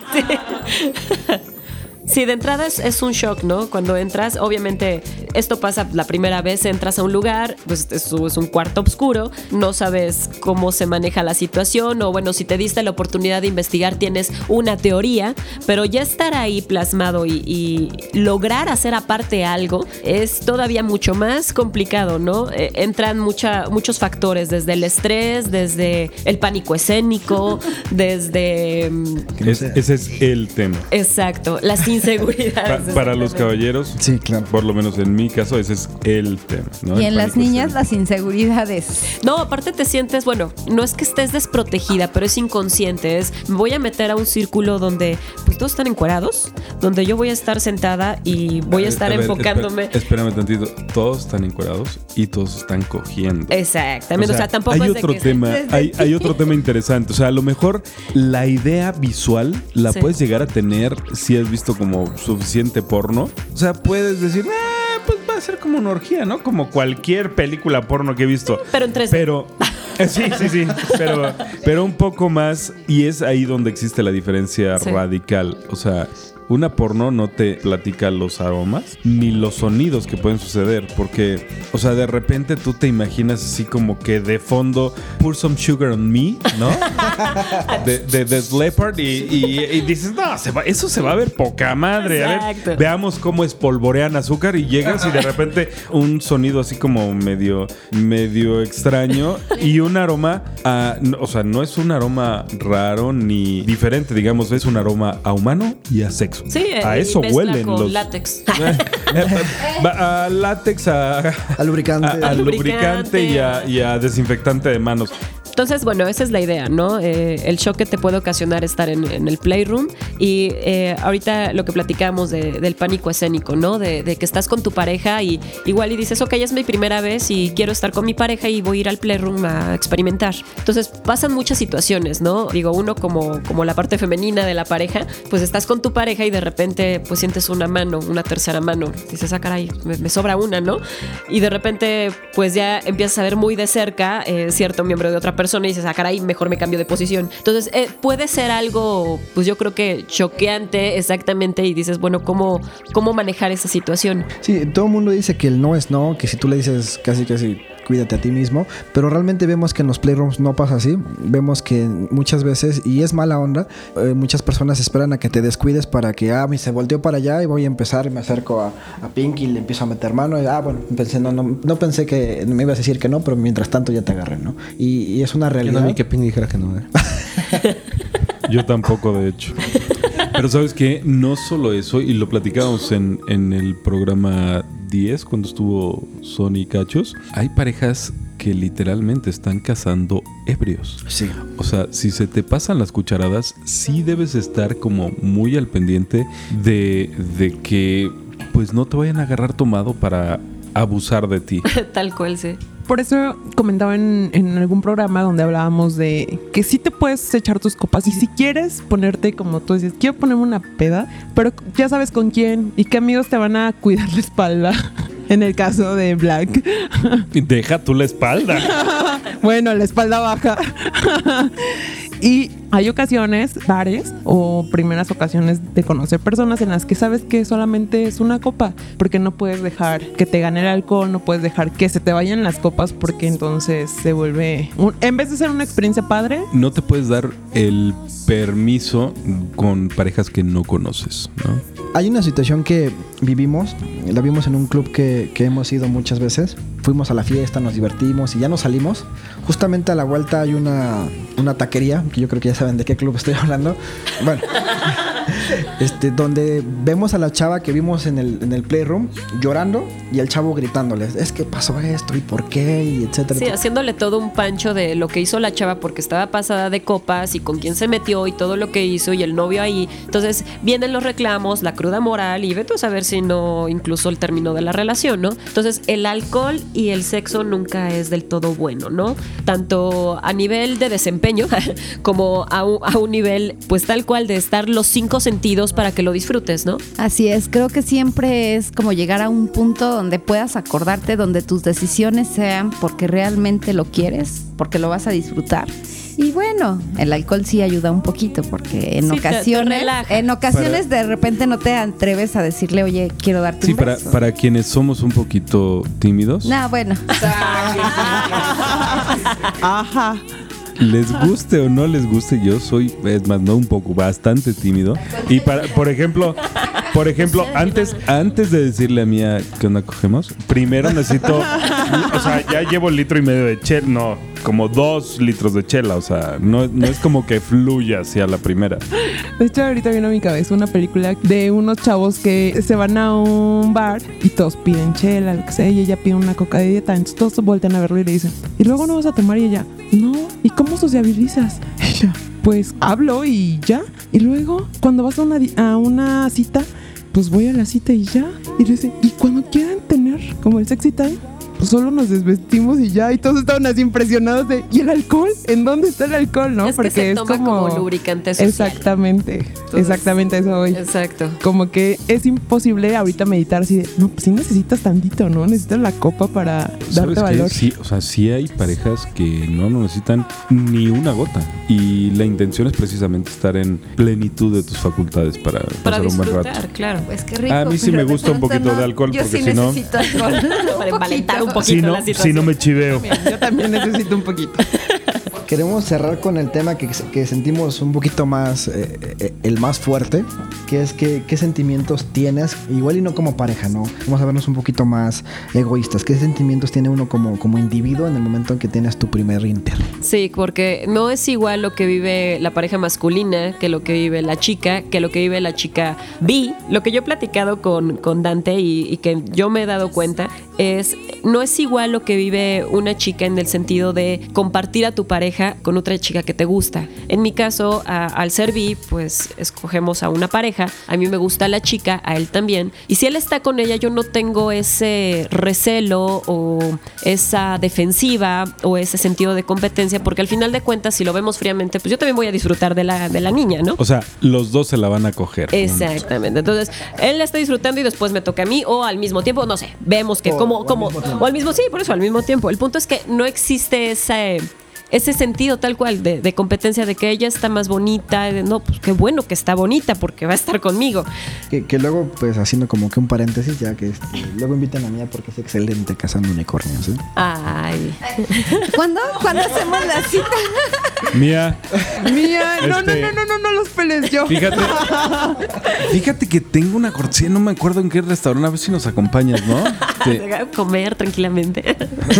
Sí, de entrada es, es un shock, ¿no? Cuando entras, obviamente, esto pasa la primera vez, entras a un lugar, pues es, es un cuarto oscuro, no sabes cómo se maneja la situación, o bueno, si te diste la oportunidad de investigar, tienes una teoría, pero ya estar ahí plasmado y, y lograr hacer aparte algo es todavía mucho más complicado, ¿no? Eh, entran mucha, muchos factores, desde el estrés, desde el pánico escénico, desde... mm, Es- ese es el tema. Exacto, las inseguridades. Pa- para los caballeros, Sí, claro. por lo menos en mi caso, ese es el tema, ¿no? Y El en las pánico niñas escénico. las inseguridades. No, aparte te sientes, bueno, no es que estés desprotegida, pero es inconsciente. Es, me voy a meter a un círculo donde pues todos están encuerados, donde yo voy a estar sentada y voy a estar ver, enfocándome. espé- Espérame tantito. Todos están encuerados y todos están cogiendo. Exactamente, o sea, tampoco hay es de otro que tema, hay, hay otro tema interesante. O sea, a lo mejor la idea visual la Sí. puedes llegar a tener si has visto como suficiente porno. O sea, puedes decir, "Ah, pues va a ser como una orgía, ¿no? Como cualquier película porno que he visto. Pero en tres D. Pero eh, sí, sí, sí. Pero, pero un poco más. Y es ahí donde existe la diferencia Sí. radical. O sea, una porno no te platica los aromas ni los sonidos que pueden suceder. Porque, o sea, de repente tú te imaginas así como que de fondo, pour some sugar on me, ¿no? De, de, de Leopard y, y, y dices, no, se va, eso se va a ver poca madre. A Exacto. ver, veamos cómo espolvorean azúcar y llegas y de repente un sonido así como medio, medio extraño y un aroma, a, no, o sea, no es un aroma raro ni diferente, digamos, es un aroma a humano y a sexo. Sí, a y eso mezcla huelen con los látex. Va a látex, a, A lubricante. a- a Al lubricante y a, y a desinfectante de manos. Entonces, bueno, esa es la idea, ¿no? Eh, el shock que te puede ocasionar estar en, en el playroom. Y eh, ahorita lo que platicamos de- del pánico escénico, ¿no? De, de que estás con tu pareja y igual y dices, ok, es mi primera vez y quiero estar con mi pareja y voy a ir al playroom a experimentar. Entonces, pasan muchas situaciones, ¿no? Digo, uno como, como la parte femenina de la pareja, pues estás con tu pareja y de repente pues sientes una mano, una tercera mano. Dices, ah, caray, me, me sobra una, ¿no? Y de repente pues ya empiezas a ver muy de cerca eh, cierto miembro de otra persona y dices, ah, caray, mejor me cambio de posición. Entonces, eh, puede ser algo, pues yo creo que choqueante exactamente y dices, bueno, ¿cómo, cómo manejar esa situación? Sí, todo el mundo dice que el no es no, que si tú le dices casi casi cuídate a ti mismo, pero realmente vemos que en los playrooms no pasa así. Vemos que muchas veces, y es mala onda, eh, muchas personas esperan a que te descuides para que, ah, me se volteó para allá y voy a empezar, me acerco a, a Pinky y le empiezo a meter mano. Y, ah, bueno, pensé, no, no, no pensé que me ibas a decir que no, pero mientras tanto ya te agarré, ¿no? Y, y es una Yo realidad. no vi que Ping dijera que no. ¿eh? Yo tampoco, de hecho. Pero ¿sabes qué? No solo eso, y lo platicábamos en, en el programa diez, cuando estuvo Sony Cachos, hay parejas que literalmente están cazando ebrios. Sí. O sea, si se te pasan las cucharadas, sí debes estar como muy al pendiente de, de que pues no te vayan a agarrar tomado para abusar de ti. Tal cual, sí. Por eso comentaba en, en algún programa donde hablábamos de que sí te puedes echar tus copas y si quieres ponerte, como tú dices, quiero ponerme una peda, pero ya sabes con quién y qué amigos te van a cuidar la espalda. En el caso de Black. Deja tú la espalda. Bueno, la espalda baja. Y hay ocasiones, bares o primeras ocasiones de conocer personas en las que sabes que solamente es una copa, porque no puedes dejar que te gane el alcohol, no puedes dejar que se te vayan las copas, porque entonces se vuelve, un, en vez de ser una experiencia padre, No te puedes dar el permiso con parejas que no conoces, ¿no? Hay una situación que vivimos, la vimos en un club que, que hemos ido muchas veces. Fuimos a la fiesta, nos divertimos y ya nos salimos. Justamente a la vuelta hay una, una taquería, que yo creo que ya saben de qué club estoy hablando. Bueno, este, donde vemos a la chava que vimos en el, en el playroom llorando y el chavo gritándoles, es que pasó esto y por qué y etcétera. Sí, haciéndole todo un pancho de lo que hizo la chava porque estaba pasada de copas y con quién se metió y todo lo que hizo y el novio ahí. Entonces vienen los reclamos, la cruda moral y vete a saber si no incluso el término de la relación, ¿no? Entonces el alcohol y el sexo nunca es del todo bueno, ¿no? Tanto a nivel de desempeño como a un, a un nivel pues tal cual de estar los cinco sentidos para que lo disfrutes, ¿no? Así es, creo que siempre es como llegar a un punto donde puedas acordarte, donde tus decisiones sean porque realmente lo quieres, porque lo vas a disfrutar. Y bueno, el alcohol sí ayuda un poquito porque en Sí, te- te ocasiones, relaja. en ocasiones de repente no te atreves a decirle, oye, quiero darte Sí, un para, beso. para quienes somos un poquito tímidos, No, bueno. ajá. les guste o no les guste, yo soy, es más, no un poco, bastante tímido. Y para, por ejemplo, por ejemplo, antes, antes de decirle a Mía que onda cogemos, primero necesito, o sea, ya llevo el litro y medio de chela, no, como dos litros de chela, o sea, no, no es como que fluya hacia la primera. De hecho, ahorita viene a mi cabeza una película de unos chavos que se van a un bar y todos piden chela, lo que sea, y ella pide una coca de dieta, entonces todos voltean a verlo y le dicen, ¿y luego no vas a tomar? Y ella, no, ¿y cómo sociabilizas? Ella, pues hablo y ya. Y luego, cuando vas a una, a una cita, pues voy a la cita y ya. Y le dice, y cuando quieran tener como el sexy time, pues solo nos desvestimos y ya. Y todos estaban así impresionados de, ¿y el alcohol? ¿En dónde está el alcohol? ¿No? Es Porque que se es toma como, como lubricante social. Exactamente, Entonces, exactamente eso hoy. Exacto. Como que es imposible ahorita meditar así de, no, pues sí necesitas tantito, ¿no? Necesitas la copa para ¿Sabes darte qué? valor. Sí, o sea, sí hay parejas que no necesitan ni una gota. Y la intención es precisamente estar en plenitud de tus facultades para, Para pasar un buen rato. disfrutar, claro. Pues qué rico. A mí sí pero me gusta un pronto poquito no. de alcohol, Yo porque sí si no- necesito alcohol. Para envalentar un poquito Si no, la situación. si no me chiveo. Yo también necesito un poquito. Queremos cerrar con el tema que, que sentimos un poquito más, eh, eh, el más fuerte, que es que qué sentimientos tienes, igual y no como pareja, ¿no? Vamos a vernos un poquito más egoístas. ¿Qué sentimientos tiene uno como, como individuo en el momento en que tienes tu primer inter? Sí, porque no es igual lo que vive la pareja masculina que lo que vive la chica, que lo que vive la chica bi. Lo que yo he platicado con, con Dante y, y que yo me he dado cuenta es, no es igual lo que vive una chica en el sentido de compartir a tu pareja con otra chica que te gusta. En mi caso, a, al ser bi, pues escogemos a una pareja. A mí me gusta la chica, a él también. Y si él está con ella, yo no tengo ese recelo o esa defensiva o ese sentido de competencia, porque al final de cuentas, si lo vemos fríamente, pues yo también voy a disfrutar de la, de la niña, ¿no? O sea, los dos se la van a coger. Exactamente. Entonces, él la está disfrutando y después me toca a mí, o al mismo tiempo, no sé, vemos que O- como, o al como, mismo tiempo. o al mismo, sí, por eso, al mismo tiempo. El punto es que no existe ese, ese sentido tal cual de, de competencia, de que ella está más bonita, de, no, pues qué bueno que está bonita porque va a estar conmigo. Que, que luego, pues haciendo como que un paréntesis, ya que este, luego invitan a Mía porque es excelente cazando unicornios, ¿eh? Ay. ¿Cuándo? ¿Cuándo hacemos la cita? Mía, Mía, no, Este- no, no, no, no, no los pelees yo. fíjate. Fíjate que tengo una cortesía, no me acuerdo en qué restaurante, a ver si nos acompañas, ¿no? Este, Comer tranquilamente.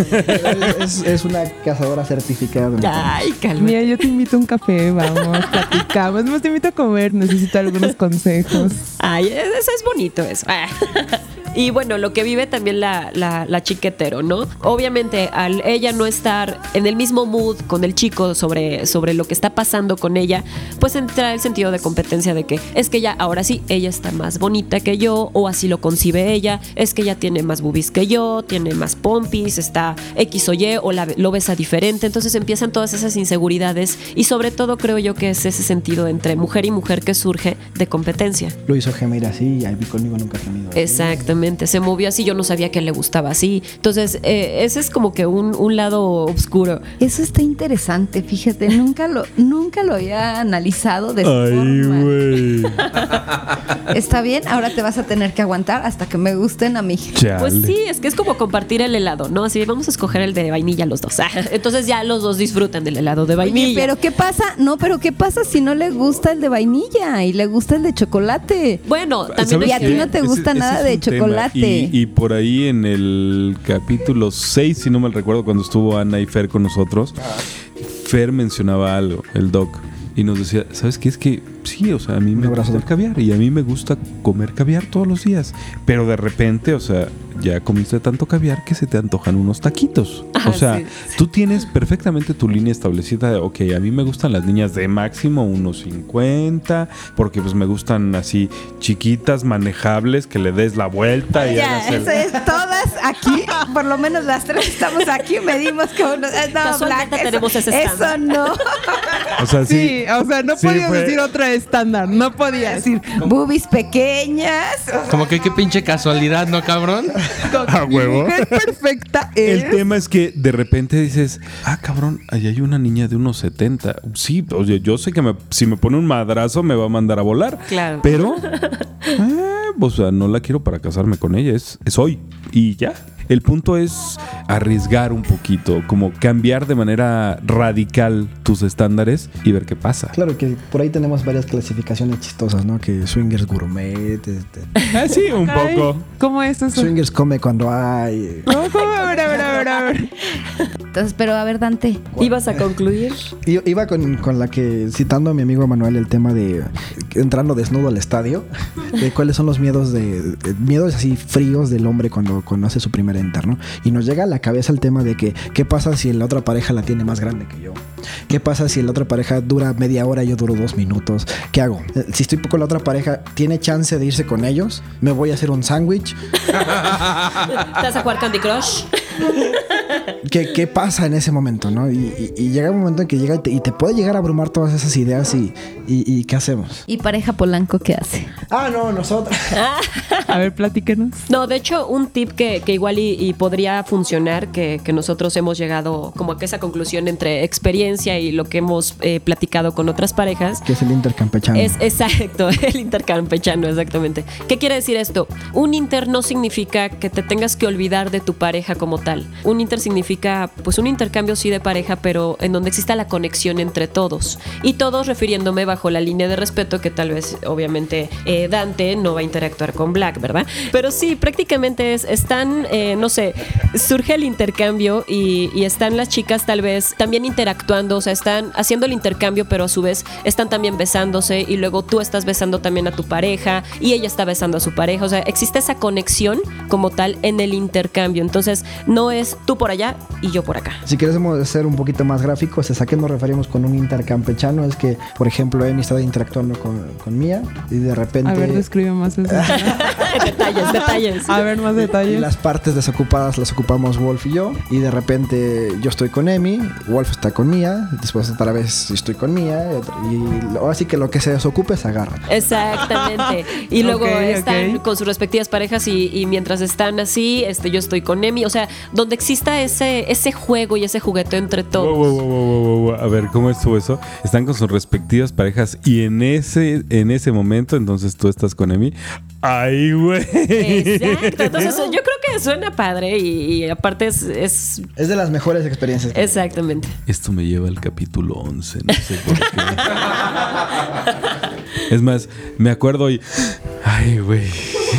Es, es una cazadora certificada de unicornios. Ay, calma. Mía, yo te invito a un café, vamos, platicamos. Más te invito a comer, necesito algunos consejos. Ay, eso es bonito eso. Y bueno, lo que vive también la, la, la chica hetero, ¿no? Obviamente, al ella no estar en el mismo mood con el chico sobre, sobre lo que está pasando con ella, pues entra el sentido de competencia de que es que ya, ahora sí, ella está más bonita que yo, o así lo concibe ella, es que ella tiene más boobies que yo, tiene más pompis, está X o Y, o la, lo besa diferente. Entonces empiezan todas esas inseguridades y sobre todo creo yo que es ese sentido entre mujer y mujer que surge de competencia. Lo hizo gemir así y ahí conmigo nunca ha gemido así. Exactamente, se movió así, yo no sabía que le gustaba así. Entonces, eh, ese es como que un, un lado oscuro. Eso está interesante, fíjate, nunca lo, nunca lo había analizado de esa ay, forma. güey. Está bien, ahora te vas a tener que aguantar hasta que me gusten a mí. Chale. Pues sí, es que es como compartir el helado, ¿no? Así, vamos a escoger el de vainilla los dos. Entonces ya los dos disfrutan del helado de vainilla. Oye, pero ¿qué pasa? No, pero ¿qué pasa si no le gusta el de vainilla y le gusta el de chocolate? Bueno, también ¿Sabes Y a es ti qué? no te Ese- gusta ese nada es de un tema. chocolate. Y, y por ahí en el capítulo seis, si no me recuerdo, cuando estuvo Ana y Fer con nosotros, Fer mencionaba algo, el doc, y nos decía, ¿sabes qué? Es que sí, o sea, a mí Un me abrazo, gusta el doc. caviar y a mí me gusta comer caviar todos los días, pero de repente, o sea, ya comiste tanto caviar que se te antojan unos taquitos. Ah, o sea, sí, sí. tú tienes perfectamente tu línea establecida de, ok, a mí me gustan las niñas de máximo unos cincuenta, porque pues me gustan así chiquitas, manejables, que le des la vuelta y Ya, hagas el... eso es, todas aquí, por lo menos las tres estamos aquí, medimos que uno... eh, No, Casualmente Blanca, tenemos eso, ese eso estándar. no. O sea, sí. Sí, o sea, no Sí, podía fue- decir otra estándar, no podía decir. Boobies pequeñas. Como que qué pinche casualidad, ¿no, cabrón? A huevo. Mujer perfecta es. El tema es que de repente dices, ah, cabrón, ahí hay una niña de unos setenta. Sí, oye, yo sé que me- si me pone un madrazo me va a mandar a volar. Claro. Pero, eh, o sea, no la quiero para casarme con ella, es, es hoy. Y ya. el punto es arriesgar un poquito, como cambiar de manera radical tus estándares y ver qué pasa. Claro que por ahí tenemos varias clasificaciones chistosas, ¿no? Que swingers gourmet, este, Ah, sí, un Ay, poco. ¿Cómo es eso? swingers come cuando hay. No, ¿cómo? A ver, a ver, a ver, a ver. Entonces, pero a ver, Dante. ¿Ibas a concluir? I- Iba con, con la que, citando a mi amigo Manuel, el tema de entrando desnudo al estadio, de cuáles son los miedos de, de- miedos así fríos del hombre cuando, cuando hace su primer enter, ¿no? Y nos llega a la cabeza el tema de que, ¿qué pasa si la otra pareja la tiene más grande que yo? ¿Qué pasa si la otra pareja dura media hora y yo duro dos minutos? ¿Qué hago? Eh, Si estoy con la otra pareja, ¿tiene chance de irse con ellos? ¿Me voy a hacer un sándwich? ¿Te vas a jugar Candy Crush? ¿Qué, ¿Qué pasa en ese momento, no? Y, y- y llega un momento en que llega y te, y te puede llegar a abrumar todas esas ideas y, y, y ¿qué hacemos? ¿Y pareja Polanco qué hace? Ah, no, nosotros. A ver, platíquenos. No, de hecho, un tip que, que igual y, y podría funcionar, que, que nosotros hemos llegado como a que esa conclusión entre experiencia y lo que hemos eh, platicado con otras parejas, Que es el intercampechano. es exacto, el intercampechano, exactamente. ¿Qué quiere decir esto? Un inter no significa que te tengas que olvidar de tu pareja como tal. Un inter significa, pues, un intercambio sí de pareja, pero en donde exista la conexión entre todos. Y todos refiriéndome bajo la línea de respeto que tal vez, obviamente, eh, Dante no va a interactuar con Black, ¿verdad? Pero sí, prácticamente es, están, eh, no sé, surge el intercambio y, y están las chicas tal vez también interactuando, o sea, están haciendo el intercambio, pero a su vez están también besándose y luego tú estás besando también a tu pareja y ella está besando a su pareja, o sea, existe esa conexión como tal en el intercambio, entonces no es tú por allá y yo por acá. Si queremos ser un poquito más gráficos, ¿a qué nos referimos con un intercampechano? Es que, por ejemplo, Emi estaba interactuando con, con Mía y de repente A ver, describe más eso. Detalles, detalles. A ver, más y detalles. las partes desocupadas las ocupamos Wolf y yo, y de repente yo estoy con Emi, Wolf está con Mía, después otra vez yo estoy con Mía, y, otra- y lo- así que lo que se desocupe se agarra. Exactamente. Y luego Ok, están ok. con sus respectivas parejas y, y mientras están así, este, yo estoy con Emi. O sea, donde exista ese, ese juego y ese jugueteo entre todos. Wow, wow, wow, wow, wow, wow. A ver, ¿cómo estuvo eso? Están con sus respectivas parejas y en ese, en ese momento, entonces tú estás con Emi. ¡Ay, güey! Exacto. Entonces, yo creo que suena padre y, y aparte es, es. Es de las mejores experiencias. que- Exactamente. Esto me lleva al capítulo once, no sé por qué. Es más, me acuerdo y... ¡Ay, güey!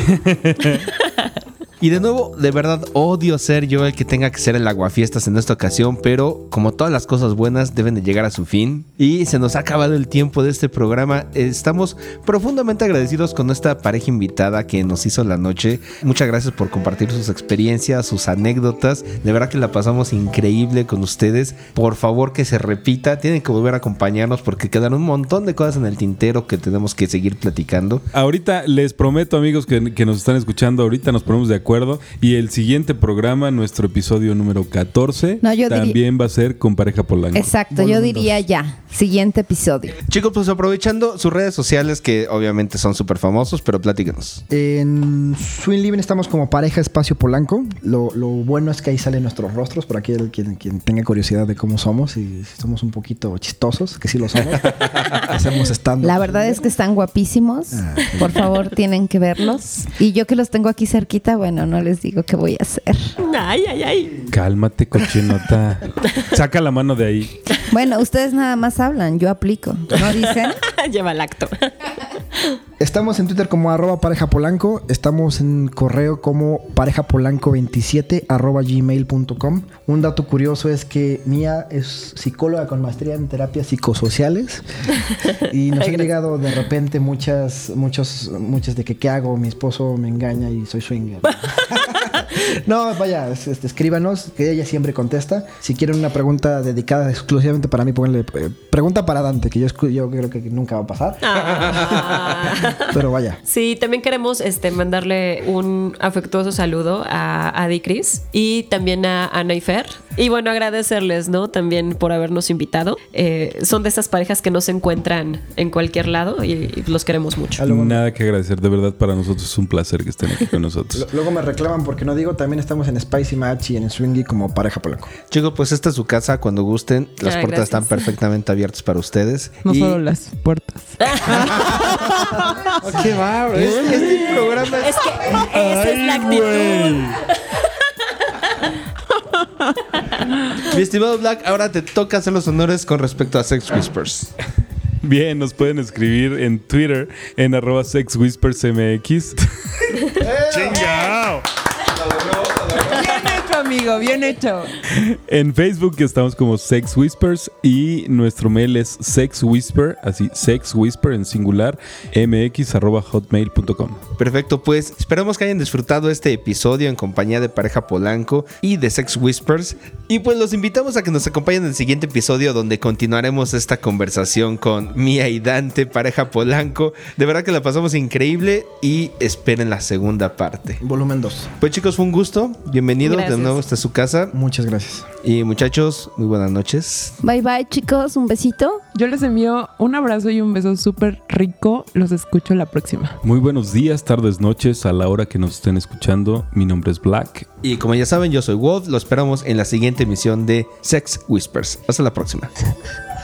Y de nuevo, de verdad, odio ser yo el que tenga que ser el aguafiestas en esta ocasión, pero como todas las cosas buenas deben de llegar a su fin y se nos ha acabado el tiempo de este programa. Estamos profundamente agradecidos con esta pareja invitada que nos hizo la noche. Muchas gracias por compartir sus experiencias, sus anécdotas. De verdad que la pasamos increíble con ustedes. Por favor, que se repita. Tienen que volver a acompañarnos porque quedan un montón de cosas en el tintero que tenemos que seguir platicando. Ahorita les prometo, amigos, que, que nos están escuchando, ahorita nos ponemos de acuerdo. Y el siguiente programa, nuestro episodio número catorce, No, yo diría- también va a ser con pareja Polanco. Exacto, yo diría ya. Siguiente episodio. Chicos, pues aprovechando sus redes sociales que obviamente son súper famosos, pero platícanos. En Swing Living estamos como pareja espacio Polanco. Lo, lo bueno es que ahí salen nuestros rostros para aquel quien, quien tenga curiosidad de cómo somos y si somos un poquito chistosos, que sí lo somos. Hacemos stand-up. La verdad es que están guapísimos. Ah, Por favor, tienen que verlos. Y yo que los tengo aquí cerquita, bueno, no les digo qué voy a hacer. Ay, ay, ay. Cálmate, cochinota. Saca la mano de ahí. Bueno, ustedes nada más hablan, yo aplico. ¿No dicen? Lleva el acto. Estamos en Twitter como arroba pareja polanco. Estamos en correo como parejapolanco veintisiete arroba gmail punto com. Un dato curioso es que Mía es psicóloga con maestría en terapias psicosociales. Y nos han llegado de repente muchas, muchos, muchas de que qué hago, mi esposo me engaña y soy swinger. No, vaya, es- este, escríbanos, que ella siempre contesta. Si quieren una pregunta dedicada exclusivamente para mí, pónganle eh, pregunta para Dante, que yo, escu- yo creo que nunca va a pasar. Ah. Pero vaya. Sí, también queremos este, mandarle un afectuoso saludo a Adi Cris y también a Ana y Fer. Y bueno, agradecerles, ¿no? También por habernos invitado. Eh, son de esas parejas que no se encuentran en cualquier lado y, y los queremos mucho. Ah, luego, Nada que agradecer, de verdad para nosotros es un placer que estén aquí con nosotros. lo- luego me reclaman porque no digo, también estamos en Spicy Match y en Swingy como pareja polanco. Chicos, pues esta es su casa cuando gusten. Las Ay, puertas gracias. están perfectamente abiertas para ustedes. No Y- solo las puertas. ¿Qué va? Es- Este programa Es que esa es la actitud. Mi estimado Black, ahora te toca hacer los honores con respecto a Sex Whispers. Bien, nos pueden escribir en Twitter en arroba sexwhispersmx. ¡Chingao! Bien hecho, amigo, bien hecho. En Facebook estamos como Sex Whispers y nuestro mail es sexwhisper, así sexwhisper en singular, mx arroba hotmail punto com. Perfecto, pues esperamos que hayan disfrutado este episodio en compañía de Pareja Polanco y de Sex Whispers. Y pues los invitamos a que nos acompañen en el siguiente episodio donde continuaremos esta conversación con Mía y Dante, Pareja Polanco. De verdad que la pasamos increíble y esperen la segunda parte. Volumen dos. Pues chicos, fue un gusto. Bienvenidos Gracias. de nuevo hasta su casa. Muchas gracias. Y muchachos, muy buenas noches. Bye bye, chicos. Un besito. Yo les envío un abrazo y un beso súper rico. Los escucho la próxima. Muy buenos días, tardes, noches, a la hora que nos estén escuchando. Mi nombre es Black. Y como ya saben, yo soy Wolf. Lo esperamos en la siguiente emisión de Sex Whispers. Hasta la próxima.